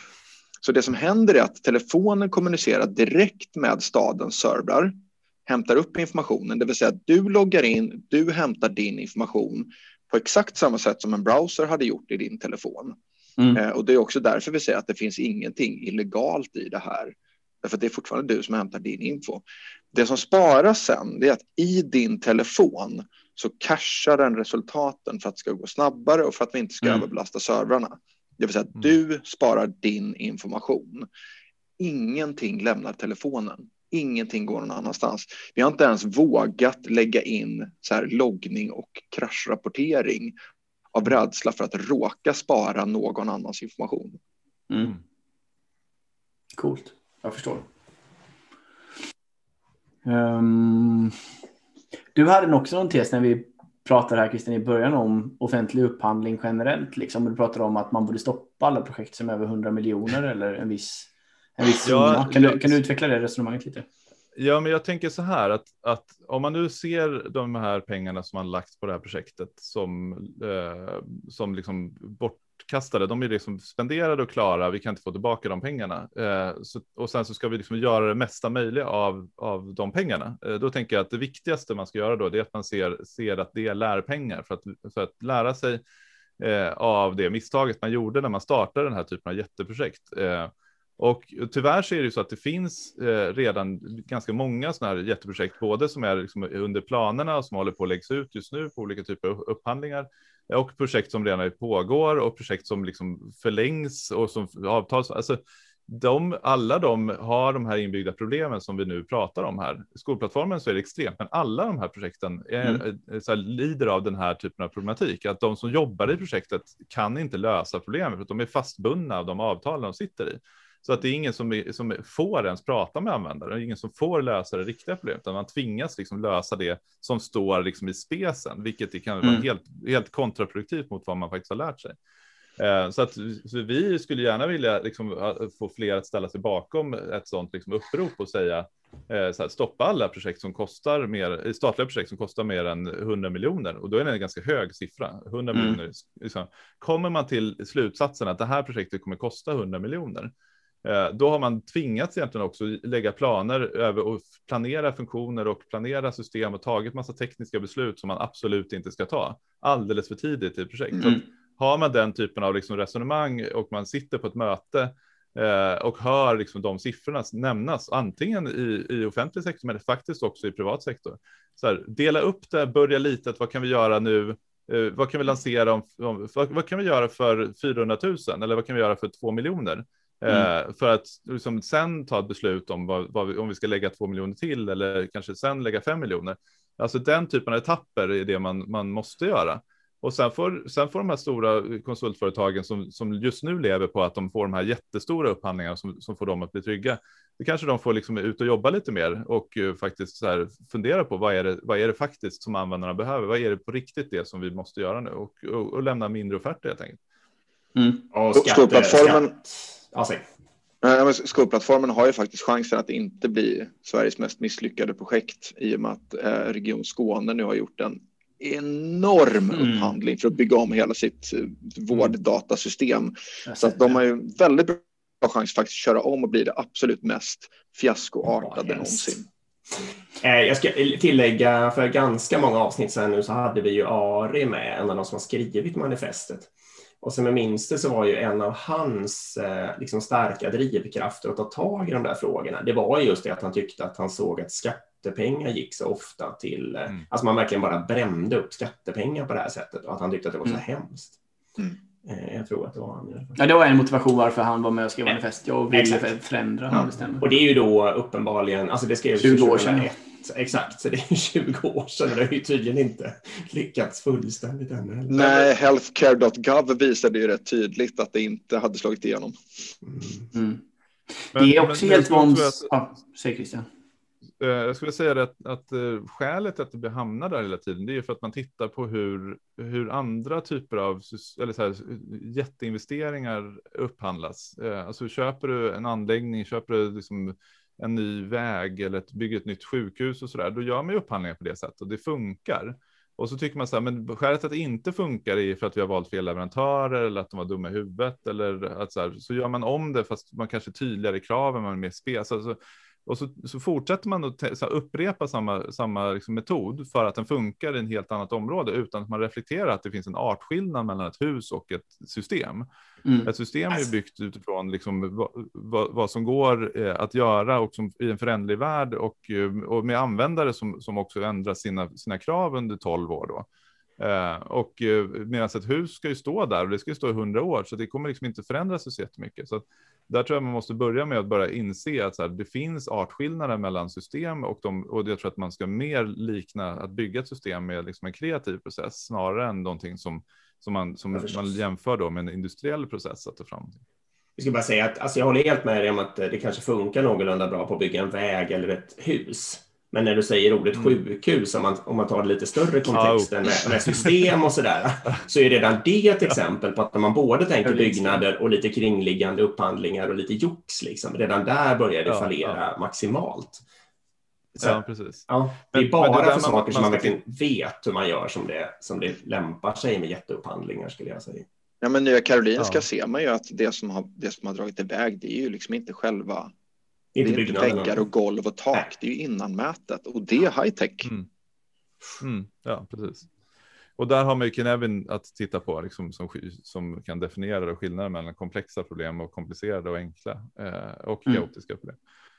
C: Så det som händer är att telefonen kommunicerar direkt med stadens servrar, hämtar upp informationen, det vill säga att du loggar in, du hämtar din information på exakt samma sätt som en browser hade gjort i din telefon. Mm. Eh, och det är också därför vi säger att det finns ingenting illegalt i det här. Därför att det är fortfarande du som hämtar din info. Det som sparas sen, det är att i din telefon så cachar den resultaten för att det ska gå snabbare och för att vi inte ska mm. överbelasta servrarna. Det vill säga att mm. du sparar din information. ingenting lämnar telefonen. Ingenting går någon annanstans. Vi har inte ens vågat lägga in så här loggning och kraschrapportering av rädsla för att råka spara någon annans information.
A: Mm. Coolt, jag förstår. Um, du hade också någon tes när vi pratade här, Christian, i början om offentlig upphandling generellt. Liksom. Du pratade om att man borde stoppa alla projekt som är över hundra miljoner eller en viss, en viss summa. Ja, kan, du, kan du utveckla det resonemanget lite?
D: Ja, men jag tänker så här att, att om man nu ser de här pengarna som man lagt på det här projektet som, eh, som liksom bortkastade, de är liksom spenderade och klara, vi kan inte få tillbaka de pengarna. Eh, så, och sen så ska vi liksom göra det mesta möjliga av, av de pengarna. Eh, då tänker jag att det viktigaste man ska göra då, det är att man ser, ser att det är lärpengar för att, för att lära sig eh, av det misstaget man gjorde när man startade den här typen av jätteprojekt. Eh, Och tyvärr så är det ju så att det finns eh, redan ganska många sådana här jätteprojekt, både som är liksom under planerna och som håller på att läggas ut just nu på olika typer av upphandlingar, och projekt som redan pågår och projekt som liksom förlängs och som avtals. Alltså de, alla de har de här inbyggda problemen som vi nu pratar om här. Skolplattformen så är det extremt, men alla de här projekten är, mm. så här, lider av den här typen av problematik. Att de som jobbar i projektet kan inte lösa problemet för att de är fastbundna av de avtal de sitter i. Så att det är ingen som, är, som får ens prata med användare. Det är ingen som får lösa det riktiga problemet. Utan man tvingas liksom lösa det som står liksom i specen. Vilket det kan vara mm. helt, helt kontraproduktivt mot vad man faktiskt har lärt sig. Eh, så att så vi skulle gärna vilja liksom, få fler att ställa sig bakom ett sånt liksom, upprop och säga eh, så här, stoppa alla projekt som kostar mer, statliga projekt som kostar mer än hundra miljoner. Och då är det en ganska hög siffra. hundra mm. miljoner. Liksom. Kommer man till slutsatsen att det här projektet kommer kosta hundra miljoner, då har man tvingats egentligen också lägga planer över och planera funktioner och planera system och tagit massa tekniska beslut som man absolut inte ska ta alldeles för tidigt i projekt. Mm. Så att har man den typen av liksom resonemang och man sitter på ett möte eh, och hör liksom de siffrorna nämnas antingen i, i offentlig sektor men faktiskt också i privat sektor. Så här, dela upp det, börja litet, vad kan vi göra nu? Eh, vad kan vi lansera om, om vad, vad kan vi göra för fyrahundratusen eller vad kan vi göra för två miljoner? Mm. För att liksom, sen ta ett beslut om vad, vad vi, om vi ska lägga två miljoner till eller kanske sen lägga fem miljoner. Alltså den typen av etapper är det man, man måste göra. Och sen får, sen får de här stora konsultföretagen som, som just nu lever på att de får de här jättestora upphandlingarna som, som får dem att bli trygga. Det kanske de får liksom ut och jobba lite mer och uh, faktiskt så här, fundera på vad är, det, vad är det faktiskt som användarna behöver. Vad är det på riktigt det som vi måste göra nu och, och, och lämna mindre offerter helt enkelt.
A: Mm.
C: Och skolplattformen, alltså. Skolplattformen har ju faktiskt chansen att inte bli Sveriges mest misslyckade projekt i och med att eh, Region Skåne nu har gjort en enorm mm. upphandling för att bygga om hela sitt eh, vårddatasystem. Mm. Så att de har ju väldigt bra chans att faktiskt köra om och bli det absolut mest fiaskoartade oh, någonsin.
B: Jag ska tillägga, för ganska många avsnitt sedan nu så hade vi ju Ari med, en av de som har skrivit manifestet. Och som jag minns det så var ju en av hans eh, liksom starka drivkrafter att ta tag i de där frågorna. Det var just det att han tyckte att han såg att skattepengar gick så ofta till... Eh, mm. Alltså man verkligen bara brände upp skattepengar på det här sättet. Och att han tyckte att det var så mm. hemskt. Mm. Eh, jag tror att det var han.
A: Ja, det var en motivation varför han var med och skrev manifest. Jag ville Exakt. förändra.
B: Ja.
A: Det
B: och det är ju då uppenbarligen... Alltså det skrevs
A: tjugo år sedan.
B: Exakt, så det är tjugo år sedan. Det har ju tydligen inte lyckats fullständigt ännu.
C: Nej, healthcare dot gov visade ju rätt tydligt att det inte hade slagit igenom.
A: Mm. Mm. Men, det är också men, helt vanligt. Ja, säg Christian.
D: Jag skulle säga att, att skälet att det hamnar där hela tiden, det är för att man tittar på hur, hur andra typer av eller så här, jätteinvesteringar upphandlas. Alltså köper du en anläggning, köper du liksom en ny väg eller ett, bygger ett nytt sjukhus och sådär, då gör man ju upphandlingar på det sättet och det funkar. Och så tycker man så här, men skälet att det inte funkar är för att vi har valt fel leverantörer eller att de var dumma i huvudet eller att så här, så gör man om det fast man kanske tydligare kraven, man är mer spes. Alltså, och så, så fortsätter man att te- så här, upprepa samma, samma liksom metod för att den funkar i en helt annat område utan att man reflekterar att det finns en artskillnad mellan ett hus och ett system. Mm. Ett system är byggt utifrån liksom vad, vad, vad som går eh, att göra och som, i en förändlig värld och, och med användare som, som också ändrar sina, sina krav under tolv år då. Eh, och eh, medan ett hus ska ju stå där och det ska ju stå i hundra år så det kommer liksom inte förändras så jättemycket. Så att där tror jag man måste börja med att börja inse att så här, det finns artskillnader mellan system och, de, och jag tror att man ska mer likna att bygga ett system med liksom en kreativ process snarare än någonting som, som, man, som man jämför då med en industriell process att ta fram.
B: Jag ska bara säga att alltså jag håller helt med dig om att det kanske funkar någorlunda bra på att bygga en väg eller ett hus. Men när du säger ordet mm. sjukhus, om man, om man tar det lite större kontexten med, med system och sådär, så är redan det ett exempel på att när man både tänker byggnader och lite kringliggande upphandlingar och lite jox, liksom, redan där börjar det ja, fallera ja. maximalt. Så,
D: ja, precis.
B: Ja, det är men, bara men det för saker man, som man verkligen vet hur man gör som det, som det lämpar sig med jätteupphandlingar, skulle jag säga.
C: Ja, men Nya Karolinska ja. ser man ju att det som, har, det som har dragit iväg, det är ju liksom inte själva
B: inte
C: det är inte väggar och golv och tak, Nej. det är ju innanmätet och det är high-tech.
D: Mm. Mm, ja, precis. Och där har man ju Kinevin att titta på liksom, som, som kan definiera skillnader mellan komplexa problem och komplicerade och enkla eh, och kaotiska mm. problem.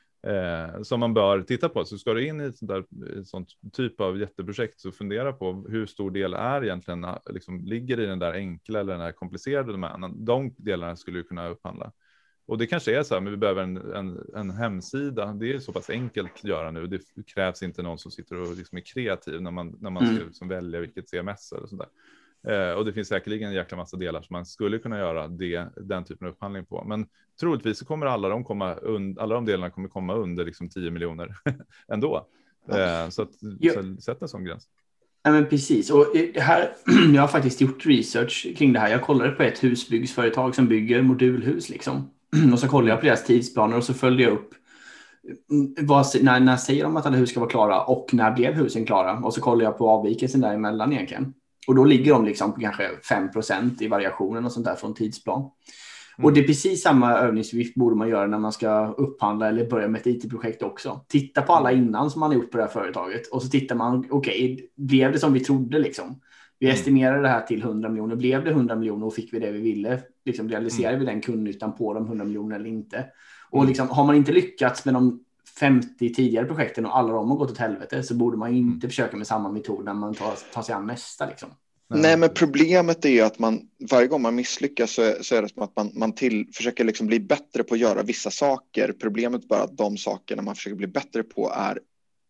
D: Eh, som man bör titta på. Så ska du in i ett sånt, där, ett sånt typ av jätteprojekt så fundera på hur stor del är egentligen liksom, ligger i den där enkla eller den här komplicerade domänen. De delarna skulle du kunna upphandla. Och det kanske är så här, men vi behöver en, en, en hemsida. Det är så pass enkelt att göra nu. Det krävs inte någon som sitter och liksom är kreativ när man, när man ska mm. liksom välja vilket C M S eller sånt där. Eh, och det finns säkerligen en jäkla massa delar som man skulle kunna göra det, den typen av upphandling på. Men troligtvis så kommer alla de, komma und, alla de delarna kommer komma under liksom tio miljoner ändå. Eh, så att, så, sätt en sån gräns.
A: Ja, men precis. Och det här, jag har faktiskt gjort research kring det här. Jag kollade på ett husbyggsföretag som bygger modulhus liksom. Och så kollade jag på deras tidsplaner och så följde jag upp vad, när, när säger de att alla hus ska vara klara och när blev husen klara. Och så kollade jag på avvikelsen däremellan egentligen. Och då ligger de liksom på kanske fem procent i variationen och sånt där från tidsplan. Mm. Och det är precis samma övningsvift borde man göra när man ska upphandla eller börja med ett I T-projekt också. Titta på alla innan som man har gjort på det här företaget. Och så tittar man, okej, okay, blev det som vi trodde liksom? Vi mm. estimerade det här till hundra miljoner. Blev det hundra miljoner och fick vi det vi ville? Liksom realiserade mm. vi den kundnyttan på de hundra miljoner eller inte? Och liksom, har man inte lyckats med de femtio tidigare projekten och alla de har gått åt helvete så borde man ju inte mm. försöka med samma metod när man tar, tar sig an nästa. Liksom.
C: Nej, men problemet är att man varje gång man misslyckas så är, så är det som att man, man till, försöker liksom bli bättre på att göra vissa saker. Problemet är bara att de sakerna man försöker bli bättre på är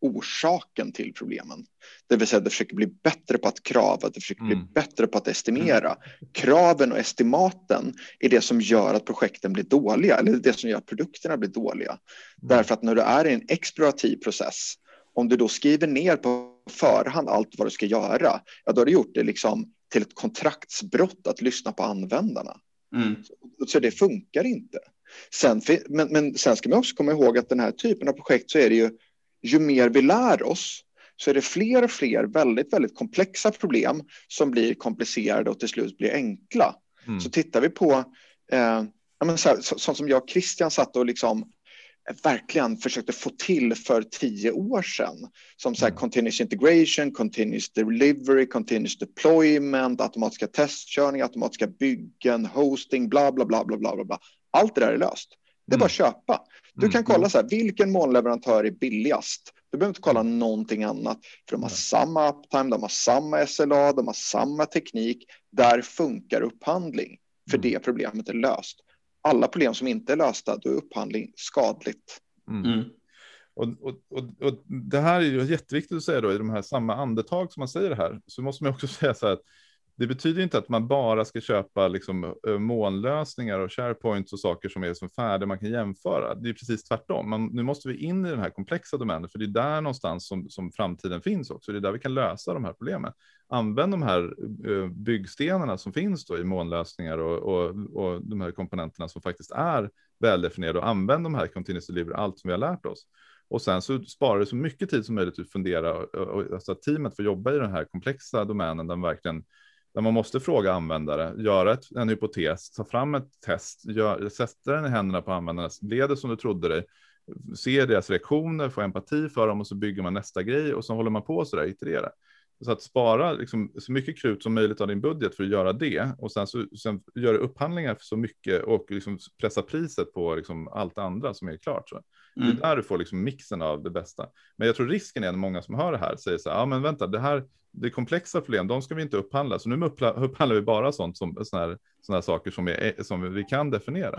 C: orsaken till problemen. Det vill säga att det försöker bli bättre på att krava, det försöker mm. bli bättre på att estimera. Kraven och estimaten är det som gör att projekten blir dåliga eller det som gör att produkterna blir dåliga. Mm. Därför att när du är i en explorativ process, om du då skriver ner på förhand allt vad du ska göra, ja, då har du gjort det liksom till ett kontraktsbrott att lyssna på användarna. Mm. Så, så det funkar inte. Sen, men, men sen ska man också komma ihåg att den här typen av projekt så är det ju ju mer vi lär oss så är det fler och fler väldigt, väldigt komplexa problem som blir komplicerade och till slut blir enkla. Mm. Så tittar vi på eh, ja, men så här, så, så som jag och Christian satt och liksom eh, verkligen försökte få till för tio år sedan. Som så här, mm. continuous integration, continuous delivery, continuous deployment, automatiska testkörningar, automatiska byggen, hosting, bla bla bla bla bla bla. Allt det där är löst. Det är bara att köpa. Du kan kolla så här, vilken molnleverantör är billigast? Du behöver inte kolla någonting annat. För de har samma uptime, de har samma S L A, de har samma teknik. Där funkar upphandling. För det problemet är löst. Alla problem som inte är lösta, då är upphandling skadligt.
D: Mm. Mm. Och, och, och, och det här är ju jätteviktigt att säga då, i de här samma andetag som man säger det här. Så måste man också säga så här att det betyder inte att man bara ska köpa liksom molnlösningar och SharePoints och saker som är som färdiga man kan jämföra. Det är precis tvärtom. Man, nu måste vi in i den här komplexa domänen för det är där någonstans som, som framtiden finns också. Det är där vi kan lösa de här problemen. Använd de här uh, byggstenarna som finns då i molnlösningar och, och, och de här komponenterna som faktiskt är väldefinierade och använd de här continuous delivery, allt som vi har lärt oss. Och sen så sparar det så mycket tid som möjligt att fundera och, och, och så att teamet får jobba i den här komplexa domänen där man verkligen där man måste fråga användare, göra ett, en hypotes, ta fram ett test, gör, sätta den i händerna på användarna, blev det som du trodde dig, se deras reaktioner, få empati för dem och så bygger man nästa grej och så håller man på så där, iterera. Så att spara liksom, så mycket krut som möjligt av din budget för att göra det och sen, så, sen gör du upphandlingar för så mycket och liksom pressa priset på liksom allt andra som är klart. Så. Mm. Det är där du får liksom mixen av det bästa. Men jag tror risken är att många som hör det här säger så här, ja men vänta, det här det är komplexa problem, de ska vi inte upphandla. Så nu upphandlar vi bara sånt som såna här, såna här saker som vi, som vi kan definiera.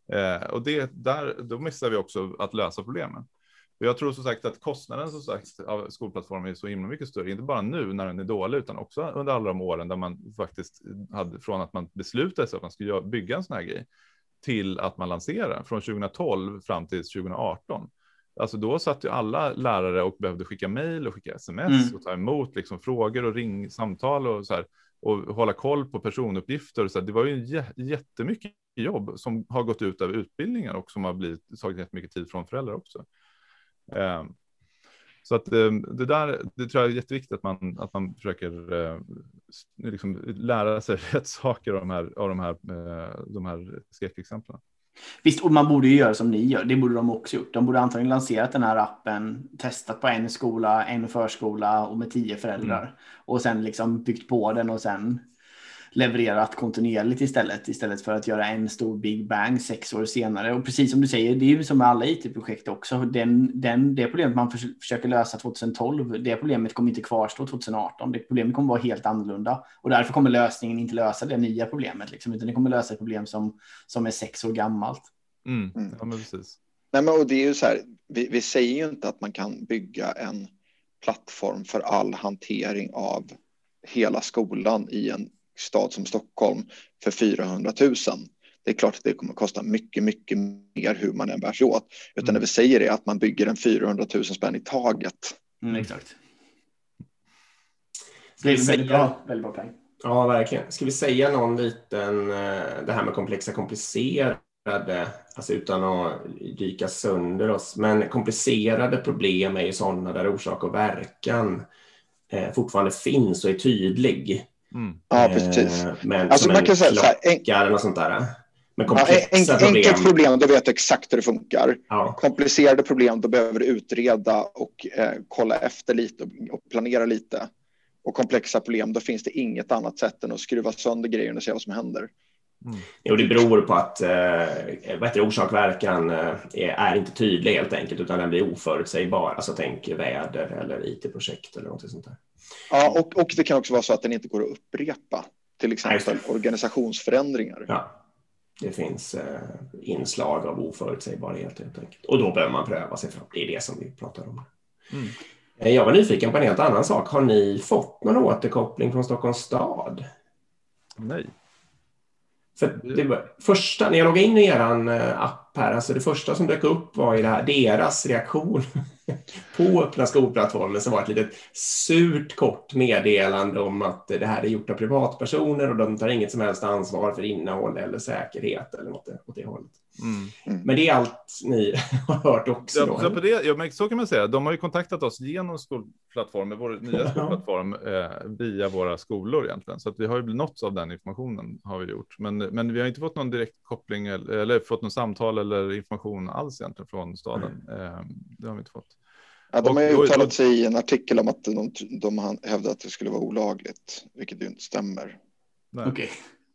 D: Eh, och det, där, då missar vi också att lösa problemen. Och jag tror som sagt att kostnaden som sagt, av skolplattformen är så himla mycket större, inte bara nu när den är dålig, utan också under alla de åren där man faktiskt hade, från att man beslutade sig att man skulle bygga en sån här grej, till att man lanserar från tjugohundratolv fram till tjugohundraarton. Alltså då satt ju alla lärare och behövde skicka mejl och skicka sms mm. och ta emot liksom frågor och ringsamtal och så här, och hålla koll på personuppgifter. Så här. Det var ju j- jättemycket jobb som har gått ut av utbildningen och som har blivit tagit jättemycket tid från föräldrar också. Um, så att um, det där, det tror jag är jätteviktigt att man, att man försöker uh, liksom lära sig rätt saker av de här, av de här, uh, de här skräckexemplen.
A: Visst, och man borde ju göra som ni gör. Det borde de också gjort. De borde antagligen lanserat den här appen, testat på en skola, en förskola och med tio föräldrar. Mm. Och sen liksom byggt på den och sen levererat kontinuerligt istället. Istället för att göra en stor Big Bang sex år senare. Och precis som du säger, det är ju som med alla I T-projekt också. Den, den, det problemet man för, försöker lösa tjugohundratolv, det problemet kommer inte kvarstå tjugohundraarton. Det problemet kommer vara helt annorlunda. Och därför kommer lösningen inte lösa det nya problemet. Liksom, utan det kommer lösa ett problem som, som är sex år gammalt.
D: Mm. Ja, men precis.
C: Nej, men och det är ju så här, vi, vi säger ju inte att man kan bygga en plattform för all hantering av hela skolan i en stad som Stockholm för fyrahundratusen. Det är klart att det kommer kosta mycket, mycket mer hur man än bär sig åt. Utan mm. det vi säger är att man bygger en fyrahundratusen spänn i taget.
A: Mm, exakt. Det är väldigt bra, väldigt bra poäng.
B: Ja, verkligen. Ska vi säga någon liten, det här med komplexa, komplicerade, alltså utan att dyka sönder oss, men komplicerade problem är ju sådana där orsak och verkan eh, fortfarande finns och är tydlig.
C: Mm. Ja, precis.
B: Men
C: alltså, man kan säga så här,
B: en, och sånt där. Men
C: komplexa ja, en, en, problem. Enkelt problem, då vet du exakt hur det funkar. Ja. Komplicerade problem, då behöver du utreda och eh, kolla efter lite och, och planera lite. Och komplexa problem, då finns det inget annat sätt än att skruva sönder grejerna och se vad som händer.
B: Mm. Jo, det beror på att eh, vad heter det, orsak-verkan eh, är inte tydlig helt enkelt, utan den blir oförutsägbar. Alltså tänk väder eller I T-projekt eller något sånt där.
C: Ja, och, och det kan också vara så att den inte går att upprepa. Till exempel organisationsförändringar. Ja,
B: det finns eh, inslag av oförutsägbarhet helt enkelt. Och då behöver man pröva sig fram. Det är det som vi pratar om. Mm. Eh, jag var nyfiken på en helt annan sak. Har ni fått någon återkoppling från Stockholms stad?
D: Nej.
B: För det var första, när jag loggade in i er app här, alltså det första som dök upp var i det här, deras reaktion på öppna skolplattformen, som var ett litet surt kort meddelande om att det här är gjort av privatpersoner och de tar inget som helst ansvar för innehåll eller säkerhet eller något åt det hållet. Mm. Mm. Men det är allt ni har hört också.
D: Ja, så, på det, ja, men så kan man säga. De har ju kontaktat oss genom skolplattformen, vår nya skolplattform, eh, via våra skolor egentligen. Så att vi har ju nåtts av den informationen har vi gjort. Men, men vi har inte fått någon direkt koppling eller, eller fått någon samtal eller information alls egentligen från staden. Mm. Eh, det har vi inte fått.
C: Ja, de har ju uttalat sig i en artikel om att de, de hävdade att det skulle vara olagligt, vilket ju inte stämmer.
A: Okej. Okay.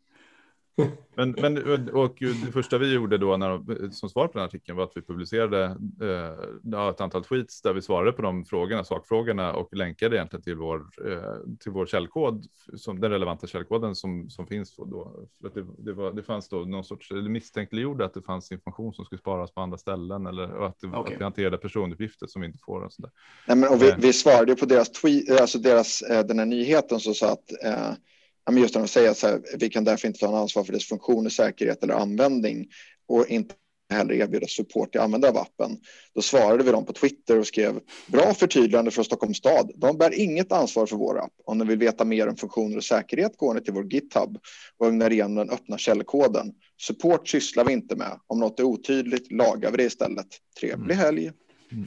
D: Men, men och det första vi gjorde då när, som svar på den artikeln var att vi publicerade eh, ett antal tweets där vi svarade på de frågorna, sakfrågorna, och länkade egentligen till vår, eh, till vår källkod, som, den relevanta källkoden som, som finns då. För att det, det, var, det fanns då någon sorts, eller misstänkliggjorde att det fanns information som skulle sparas på andra ställen, eller att, det, okay. att vi hanterade personuppgifter som vi inte får. Och sådär.
C: Nej, men, och vi, vi svarade på deras tweet, alltså deras, den här nyheten som sa att eh, just när de säger att så här, vi kan därför inte ta en ansvar för dess funktioner, säkerhet eller användning och inte heller erbjuda support till användare av appen. Då svarade vi dem på Twitter och skrev: bra förtydligande från Stockholms stad. De bär inget ansvar för vår app. Om ni vill veta mer om funktioner och säkerhet går ni till vår GitHub och ögnar igenom den öppna källkoden. Support sysslar vi inte med. Om något är otydligt lagar vi det istället. Trevlig helg. Mm.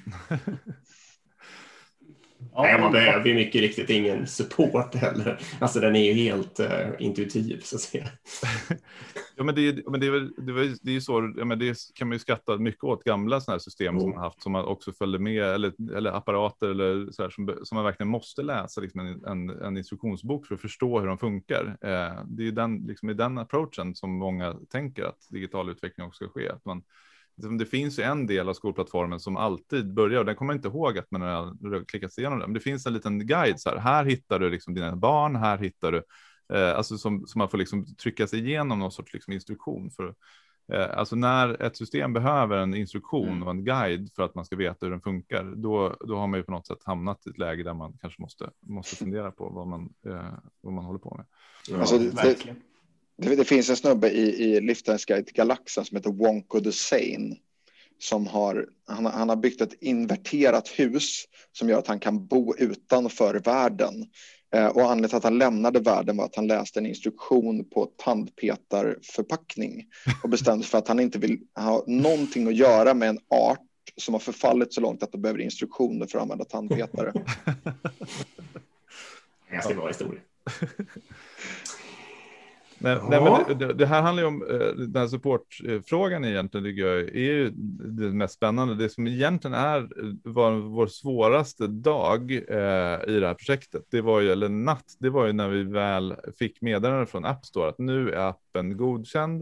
B: Nej, man behöver ju mycket riktigt ingen support heller. Alltså den är ju helt uh, intuitiv så att säga.
D: Ja, men det är, men det är, det är, det är ju så, ja, men det kan man ju skatta mycket åt gamla sådana här system mm. som man haft, som man också följde med, eller, eller apparater eller så här, som, som man verkligen måste läsa liksom en, en, en instruktionsbok för att förstå hur de funkar. Eh, det är ju den, liksom, i den approachen som många tänker att digital utveckling också ska ske. Att man, det finns ju en del av skolplattformen som alltid börjar, och den kommer jag inte ihåg att man har klickat igenom den, men det finns en liten guide så här, här hittar du liksom dina barn, här hittar du eh, alltså som, som man får liksom trycka sig igenom någon sorts liksom instruktion för, Eh, alltså när ett system behöver en instruktion
A: Mm.
D: och en guide för att man ska veta hur den funkar, då, då har man ju på något sätt hamnat i ett läge där man kanske måste, måste fundera på vad man, eh, vad man håller på med.
C: Ja, alltså, det, det, det finns en snubbe i, i Liftarens guide till galaxen som heter Wonko the Sane. Som har, han, han har byggt ett inverterat hus som gör att han kan bo utanför världen. Eh, och anledningen till att han lämnade världen var att han läste en instruktion på tandpetarförpackning och bestämde sig för att han inte vill ha någonting att göra med en art som har förfallit så långt att de behöver instruktioner för att använda tandpetare.
B: Ganska bra historia.
D: Nej, nej, men det, det här handlar ju om uh, den här supportfrågan egentligen, tycker jag är ju det mest spännande. Det som egentligen är var vår svåraste dag uh, i det här projektet, det var ju, eller natt, det var ju när vi väl fick meddelande från App Store att nu är appen godkänd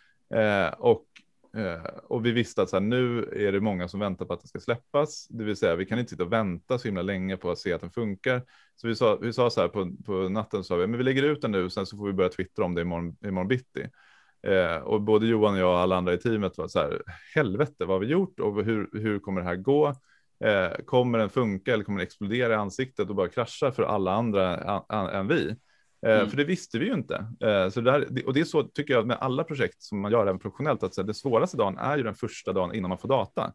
D: uh, och och vi visste att så här, nu är det många som väntar på att det ska släppas. Det vill säga, vi kan inte sitta och vänta så himla länge på att se att den funkar. Så vi sa, vi sa så här på, på natten, så vi, men vi lägger ut den nu, sen så får vi börja twittra om det imorgon, imorgon bitti. Eh, och både Johan och jag och alla andra i teamet var så här, helvete, vad har vi gjort och hur, hur kommer det här gå? Eh, kommer den funka eller kommer den explodera i ansiktet och bara krascha för alla andra än vi? Mm. För det visste vi ju inte. Så där, och det är så, tycker jag, med alla projekt som man gör även professionellt, att det svåraste dagen är ju den första dagen innan man får data.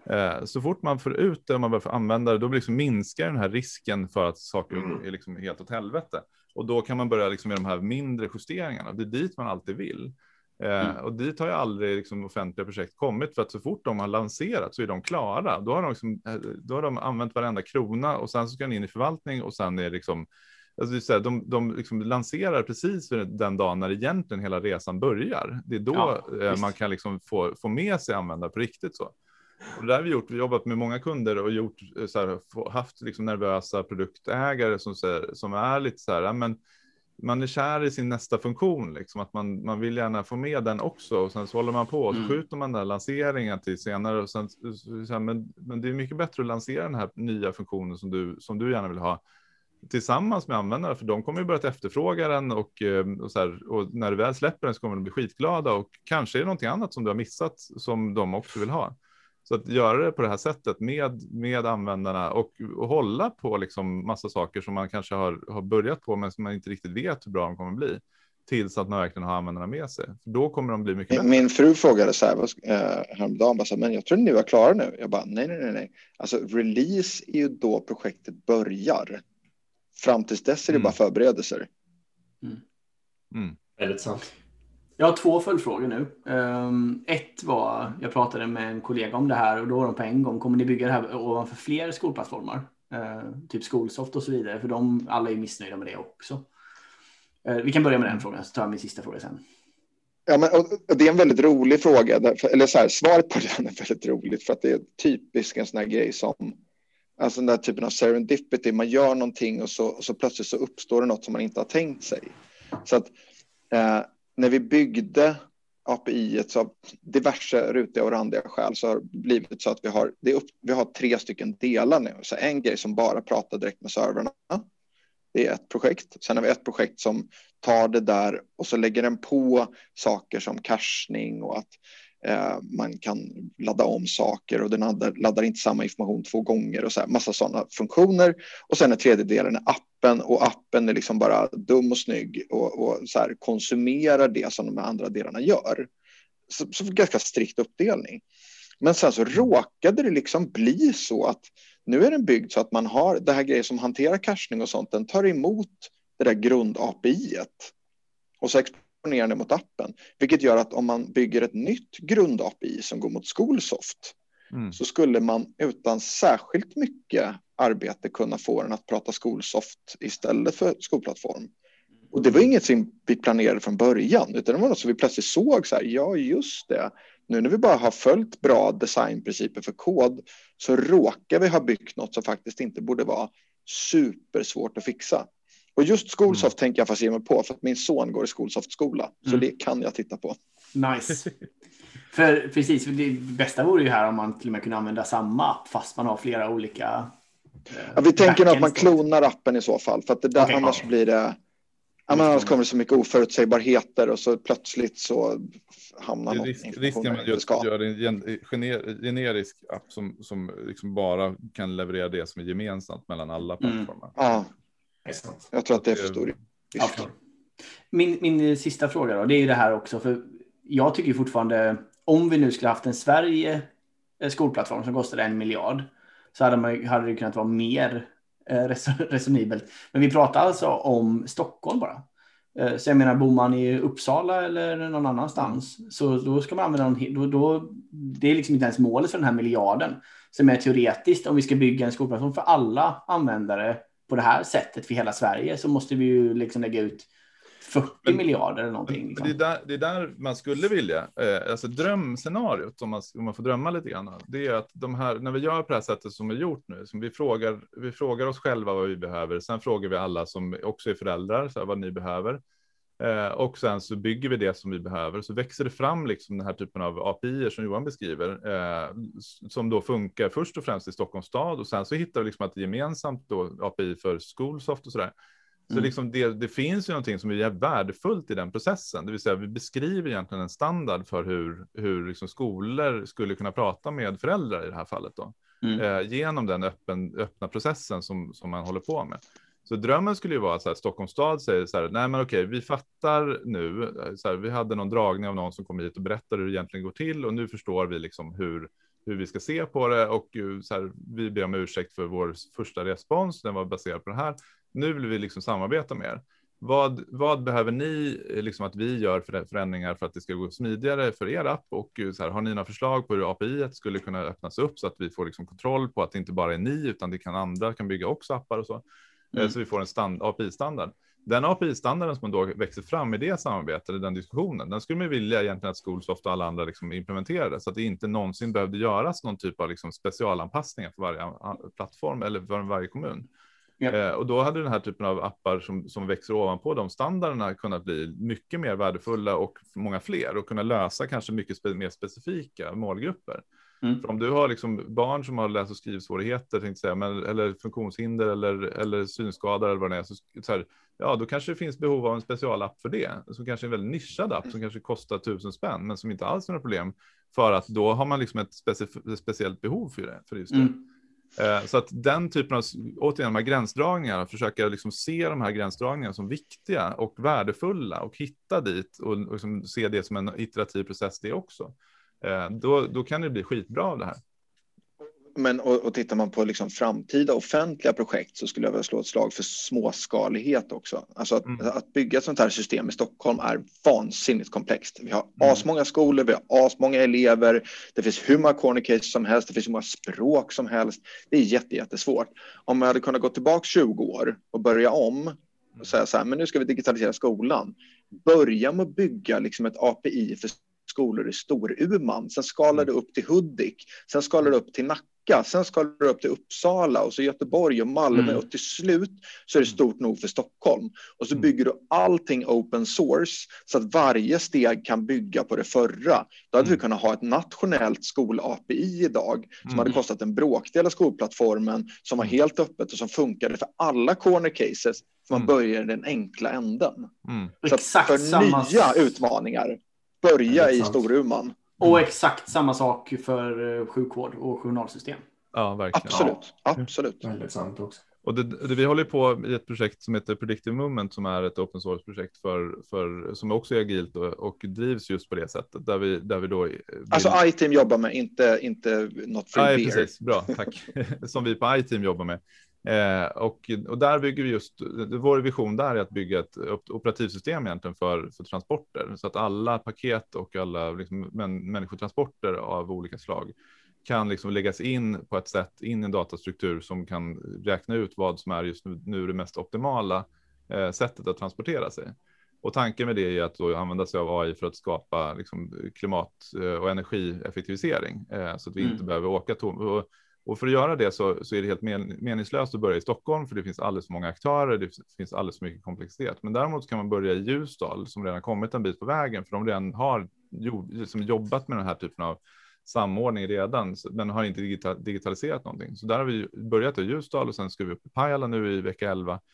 D: Så fort man får ut det och man börjar få använda det, då liksom minskar den här risken för att saker mm. är liksom helt åt helvete. Och då kan man börja liksom med de här mindre justeringarna. Det är dit man alltid vill. Mm. Och dit har ju aldrig liksom offentliga projekt kommit, för att så fort de har lanserat så är de klara. Då har de, liksom, då har de använt varenda krona och sen så ska den in i förvaltning och sen är det liksom Alltså det är så här, de de liksom lanserar precis den dagen när egentligen hela resan börjar. Det är då ja, man kan liksom få, få med sig användare på riktigt. Så. Och det där har vi gjort. Vi har jobbat med många kunder och gjort, så här, haft liksom nervösa produktägare som, så här, som är lite så här, men man är kär i sin nästa funktion. Liksom, att man, man vill gärna få med den också. Och sen så håller man på och så mm. skjuter man den lanseringen till senare. Och sen, så här, men, men det är mycket bättre att lansera den här nya funktionen som du, som du gärna vill ha tillsammans med användare, för de kommer ju börja efterfråga den och, och, så här, och när du väl släpper den så kommer de bli skitglada och kanske är det någonting annat som du har missat som de också vill ha. Så att göra det på det här sättet med, med användarna och, och hålla på liksom massa saker som man kanske har, har börjat på men som man inte riktigt vet hur bra de kommer bli, tills att man verkligen har användarna med sig. För då kommer de bli mycket bättre.
C: Min fru frågade så här äh, häromdagen, bara så här, men jag tror ni var klara nu. Jag bara, nej, nej, nej, nej. Alltså release är ju då projektet börjar. Fram tills dess är det mm. bara förberedelser.
A: Mm.
B: Mm. Väldigt sant.
A: Jag har två följdfrågor nu. Um, ett var, jag pratade med en kollega om det här och då var de på en gång, kommer ni bygga det här ovanför fler skolplattformar? Uh, typ Skolsoft och så vidare, för de alla är missnöjda med det också. Uh, vi kan börja med den frågan, så tar jag min sista fråga sen.
C: Ja, men, och det är en väldigt rolig fråga. Därför, eller så här, svaret på den är väldigt roligt för att det är typiskt en sån här grej som alltså den där typen av serendipity, man gör någonting och så, och så plötsligt så uppstår det något som man inte har tänkt sig. Så att eh, när vi byggde A P I-et så av diverse rutiga och randiga skäl så har det blivit så att vi har, det upp, vi har tre stycken delar nu. Så en grej som bara pratar direkt med servrarna, det är ett projekt. Sen har vi ett projekt som tar det där och så lägger den på saker som cachning och att Eh, man kan ladda om saker och den laddar, laddar inte samma information två gånger och så här, massa sådana funktioner. Och sen är tredje delen är appen och appen är liksom bara dum och snygg och, och så här, konsumerar det som de andra delarna gör. Så, så ganska strikt uppdelning. Men sen så råkade det liksom bli så att nu är den byggd så att man har det här grejer som hanterar cachning och sånt, den tar emot det där grund-A P I-et och så ner det mot appen, vilket gör att om man bygger ett nytt grund-A P I som går mot Skolsoft mm. så skulle man utan särskilt mycket arbete kunna få den att prata Skolsoft istället för skolplattform. Och det var inget som vi planerade från början, utan det var något som vi plötsligt såg så här, ja just det, nu när vi bara har följt bra designprinciper för kod så råkar vi ha byggt något som faktiskt inte borde vara supersvårt att fixa. Och just Skolsoft mm. tänker jag fast ge mig på för att min son går i Skolsoft-skola. Så mm. det kan jag titta på.
A: Nice. För precis, för det bästa vore ju här om man till och med kunde använda samma app fast man har flera olika...
C: Eh, ja, vi tänker nog att man klonar appen i så fall. För att det där, okay, annars, okay. Blir det, Ja, men annars kommer det så mycket oförutsägbarheter och så plötsligt så hamnar något
D: risk, risken med att göra en gener, generisk app som, som liksom bara kan leverera det som är gemensamt mellan alla plattformar.
C: Mm. Ja, jag tror att det är för stor risk.
A: Ja. Min, min sista fråga då, det är ju det här också, för jag tycker fortfarande, om vi nu skulle haft en Sverige skolplattform som kostade en miljard, så hade, man, hade det kunnat vara mer eh, resonibelt. Men vi pratar alltså om Stockholm bara. Eh, så jag menar, bor man i Uppsala eller någon annanstans, mm. så då ska man använda någon, då, då, det är liksom inte ens målet för den här miljarden. Som är teoretiskt, om vi ska bygga en skolplattform för alla användare på det här sättet för hela Sverige, så måste vi ju liksom lägga ut fyrtio men, miljarder eller någonting. Liksom.
D: Det, är där, det är där man skulle vilja. Eh, alltså drömscenariot, om man, om man får drömma lite grann, det är att de här, när vi gör på det här sättet som vi gjort nu, som vi frågar, vi frågar oss själva vad vi behöver, sen frågar vi alla som också är föräldrar så här, vad ni behöver. Eh, och sen så bygger vi det som vi behöver, så växer det fram liksom den här typen av A P I som Johan beskriver, eh, som då funkar först och främst i Stockholms stad, och sen så hittar vi liksom ett gemensamt då A P I för Skolsoft och sådär. Så mm. liksom det, det finns ju någonting som är värdefullt i den processen, det vill säga vi beskriver egentligen en standard för hur, hur liksom skolor skulle kunna prata med föräldrar i det här fallet då, mm. eh, genom den öppen, öppna processen som, som man håller på med. Så drömmen skulle ju vara så här, Stockholms stad säger så här, nej men okej, vi fattar nu, så här, vi hade någon dragning av någon som kom hit och berättade hur det egentligen går till, och nu förstår vi liksom hur, hur vi ska se på det, och så här, vi ber om ursäkt för vår första respons, den var baserad på det här. Nu vill vi liksom samarbeta med er. Vad, vad behöver ni liksom att vi gör för förändringar för att det ska gå smidigare för er app, och så här, har ni några förslag på hur A P I skulle kunna öppnas upp så att vi får liksom kontroll på att det inte bara är ni utan det kan andra kan bygga också appar och så. Mm. Så vi får en stand, A P I-standard. Den A P I-standarden som då växer fram i det samarbetet, i den diskussionen, den skulle man vilja egentligen att Skolsoft och alla andra liksom implementerade, så att det inte någonsin behövde göras någon typ av liksom specialanpassningar för varje plattform eller för varje kommun. Yep. Eh, och då hade den här typen av appar som, som växer ovanpå de standarderna kunnat bli mycket mer värdefulla och många fler, och kunna lösa kanske mycket spe, mer specifika målgrupper. Mm. För om du har liksom barn som har läs- och skrivsvårigheter, tänkte säga, men, eller funktionshinder eller, eller synskador eller vad det är, så, så här, ja, då kanske det finns behov av en specialapp för det, som kanske är en väldigt nischad app som kanske kostar tusen spänn, men som inte alls är några problem, för att då har man liksom ett specif- speciellt behov för det, för just det. Mm. Så att den typen av, återigen, de här gränsdragningarna, försöka liksom se de här gränsdragningarna som viktiga och värdefulla och hitta dit och, och liksom se det som en iterativ process det också. Då, då kan det bli skitbra av det här.
C: Men och, och tittar man på liksom framtida offentliga projekt, så skulle jag vilja slå ett slag för småskalighet också. Alltså att, mm. att bygga ett sånt här system i Stockholm är vansinnigt komplext. Vi har mm. asmånga skolor, vi har asmånga elever, det finns hur många corner cases som helst, det finns hur många språk som helst. Det är jätte, jättesvårt. Om man hade kunnat gå tillbaka tjugo år och börja om och säga så här, men nu ska vi digitalisera skolan. Börja med att bygga liksom ett A P I för skolor i Storuman, sen skalar det upp till Hudik, sen skalar det upp till Nacka, sen skalar det upp till Uppsala och så Göteborg och Malmö mm. och till slut så är det stort nog för Stockholm. Och så bygger du allting open source så att varje steg kan bygga på det förra. Då hade mm. vi kunnat ha ett nationellt skol-A P I idag som mm. hade kostat en bråkdel av skolplattformen, som var helt öppet och som funkade för alla corner cases, för man mm. börjar i den enkla änden.
A: Mm.
C: Så
A: exakt
C: för
A: samma...
C: nya utmaningar börja i Storuman. Mm.
A: Och exakt samma sak för sjukvård och journalsystem.
D: Ja, verkligen.
C: Absolut, ja. absolut.
B: Väldigt sant också.
D: Och det, det, vi håller på i ett projekt som heter Predictive Movement, som är ett open source-projekt för, för, som också är agilt och, och drivs just på det sättet. Där vi, där vi då vill...
C: Alltså iTeam jobbar med, inte, inte något free
D: beer. Ja, precis. Bra, tack. Som vi på iTeam jobbar med. Eh, och, och där bygger vi just, vår vision där är att bygga ett operativsystem egentligen för, för transporter, så att alla paket och alla liksom, män, människotransporter av olika slag kan liksom läggas in på ett sätt in i en datastruktur som kan räkna ut vad som är just nu, nu det mest optimala eh, sättet att transportera sig. Och tanken med det är att då använda sig av A I för att skapa liksom, klimat- och energieffektivisering, eh, så att vi mm. inte behöver åka tom. Och, Och för att göra det så, så är det helt men, meningslöst att börja i Stockholm, för det finns alldeles för många aktörer, det finns alldeles för mycket komplexitet. Men däremot kan man börja i Ljusdal, som redan kommit en bit på vägen, för de redan har jo, som jobbat med den här typen av samordning redan, men har inte digital, digitaliserat någonting. Så där har vi börjat i Ljusdal, och sen ska vi upp i Pajala nu i vecka elva.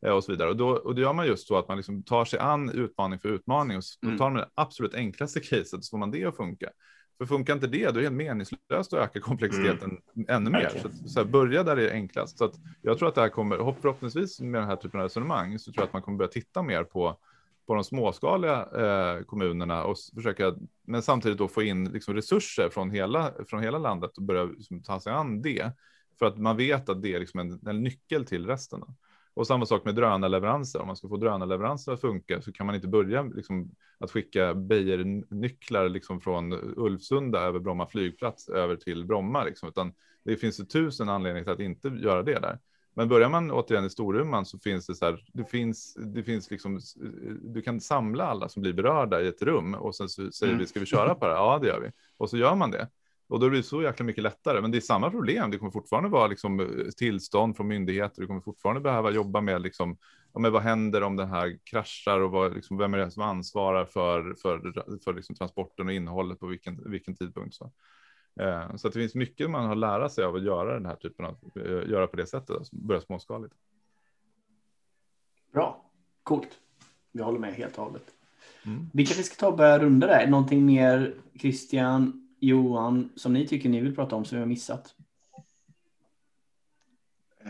D: och så vidare. Och då, och då gör man just så att man liksom tar sig an utmaning för utmaning och då tar man det absolut enklaste caset så får man det att funka. För funkar inte det, då är det helt meningslöst att öka komplexiteten mm. ännu mer. Okay. Så, så här, börja där det är enklast. Så att jag tror att det här kommer, förhoppningsvis med den här typen av resonemang, så tror jag att man kommer börja titta mer på, på de småskaliga eh, kommunerna och försöka, men samtidigt då få in liksom, resurser från hela, från hela landet och börja liksom, ta sig an det. För att man vet att det är liksom en, en nyckel till resten. Och samma sak med drönarleveranser. Om man ska få drönarleveranser att funka så kan man inte börja liksom, att skicka Beijer-nycklar liksom, från Ulvsunda över Bromma flygplats över till Bromma. Liksom, utan det finns ju tusen anledningar till att inte göra det där. Men börjar man återigen i Storuman så finns det så här, det finns, det finns liksom, du kan samla alla som blir berörda i ett rum och sen så säger mm. vi, ska vi köra på det? Ja, det gör vi. Och så gör man det. Och då blir det så jäkla mycket lättare. Men det är samma problem. Det kommer fortfarande vara liksom tillstånd från myndigheter. Du kommer fortfarande behöva jobba med, liksom, med vad händer om den här kraschar och vad, liksom, vem är det som ansvarar för, för, för liksom, transporten och innehållet på vilken, vilken tidpunkt. Så. Eh, så att det finns mycket man har lära sig av att göra den här typen av, eh, göra på det sättet. Alltså börja småskaligt.
A: Bra, coolt. Jag håller med helt och hållet. Mm. Vi kanske ska ta och börja runda där. Någonting mer, Christian, Johan, som ni tycker ni vill prata om som vi har missat?
C: Uh,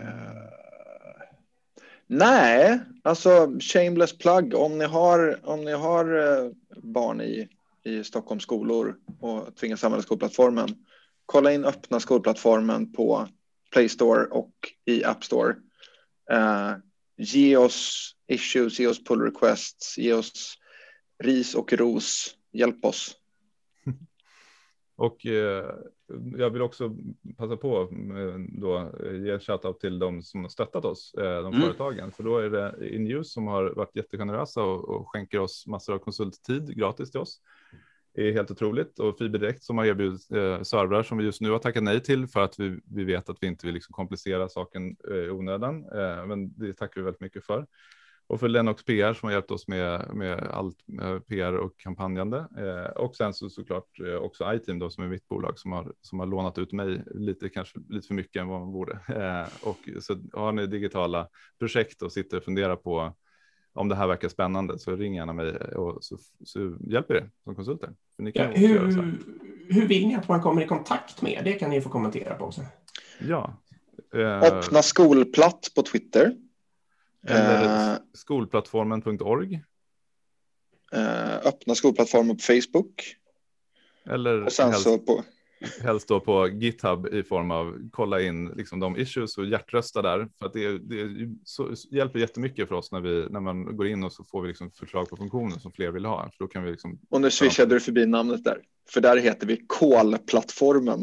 C: nej, alltså shameless plug. Om ni har, om ni har uh, barn i, i Stockholms skolor och tvingas använda skolplattformen, kolla in öppna skolplattformen på Play Store och i App Store. Uh, ge oss issues, ge oss pull requests, ge oss ris och ros. Hjälp oss.
D: Och eh, jag vill också passa på eh, då ge shoutout till de som har stöttat oss, eh, de mm. företagen. För då är det Inuse som har varit jättegenerösa och, och skänker oss massor av konsulttid gratis till oss. Det är helt otroligt. Och Fiberdirekt som har erbjudit eh, servrar som vi just nu har tackat nej till för att vi, vi vet att vi inte vill liksom komplicera saken i eh, onödan. Eh, men det tackar vi väldigt mycket för. Och för Lennox P R som har hjälpt oss med, med allt med P R och kampanjande. Eh, och sen så såklart eh, också iTeam då, som är mitt bolag som har, som har lånat ut mig lite, kanske lite för mycket än vad man borde. Eh, och så har ni digitala projekt och sitter och funderar på om det här verkar spännande så ring gärna mig och så, så hjälper det som konsulter. För ni kan
B: ja, hur, hur vill ni att man kommer i kontakt med? Det kan ni få kommentera på också.
D: Ja.
C: Eh, Öppna skolplatt på Twitter.
D: Eller uh, skolplattformen punkt org.
C: Uh, öppna skolplattformen på Facebook.
D: Eller
C: och sen
D: helst,
C: så på...
D: helst då på GitHub i form av kolla in liksom de issues och hjärtrösta där. För att det, det så, hjälper jättemycket för oss när, vi, när man går in och så får vi liksom förslag på funktioner som fler vill ha. Så då kan vi liksom...
C: Och nu swishade du förbi namnet där. För där heter vi kolplattformen.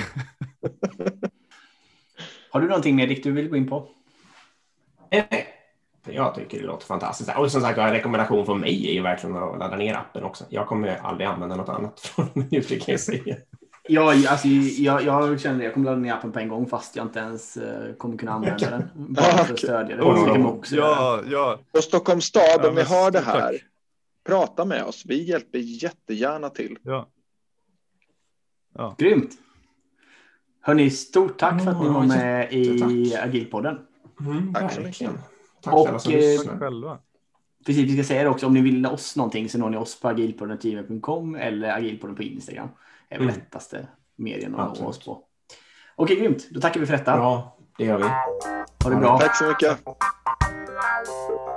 A: Har du någonting mer Dick du vill gå in på?
B: Nej. Jag tycker det låter fantastiskt. Och som sagt, en rekommendation från mig är ju verkligen att ladda ner appen också. Jag kommer aldrig använda något annat från nu, kan jag säga.
A: Ja, alltså, jag, jag känner att jag kommer ladda ner appen på en gång fast jag inte ens uh, kommer kunna använda den. Bara för att stödja det.
D: Oh, kan också ja, ja.
C: Och Stockholms stad, om ja, vi har det här, tack. Prata med oss. Vi hjälper jättegärna till.
D: Ja. Ja.
A: Grymt. Hörrni, stort tack för att ni var med i Agilpodden.
C: Mm, tack så mycket.
A: Tack och eh, själva. Precis, vi ska säga det också, om ni vill oss någonting så når ni oss på agilpodden punkt com eller agilpodden på Instagram. Det är väl mm. lättaste medien att nå oss på. Okej, grymt. Då tackar vi för detta.
B: Ja, det gör vi.
A: Ha det bra.
C: Tack så mycket.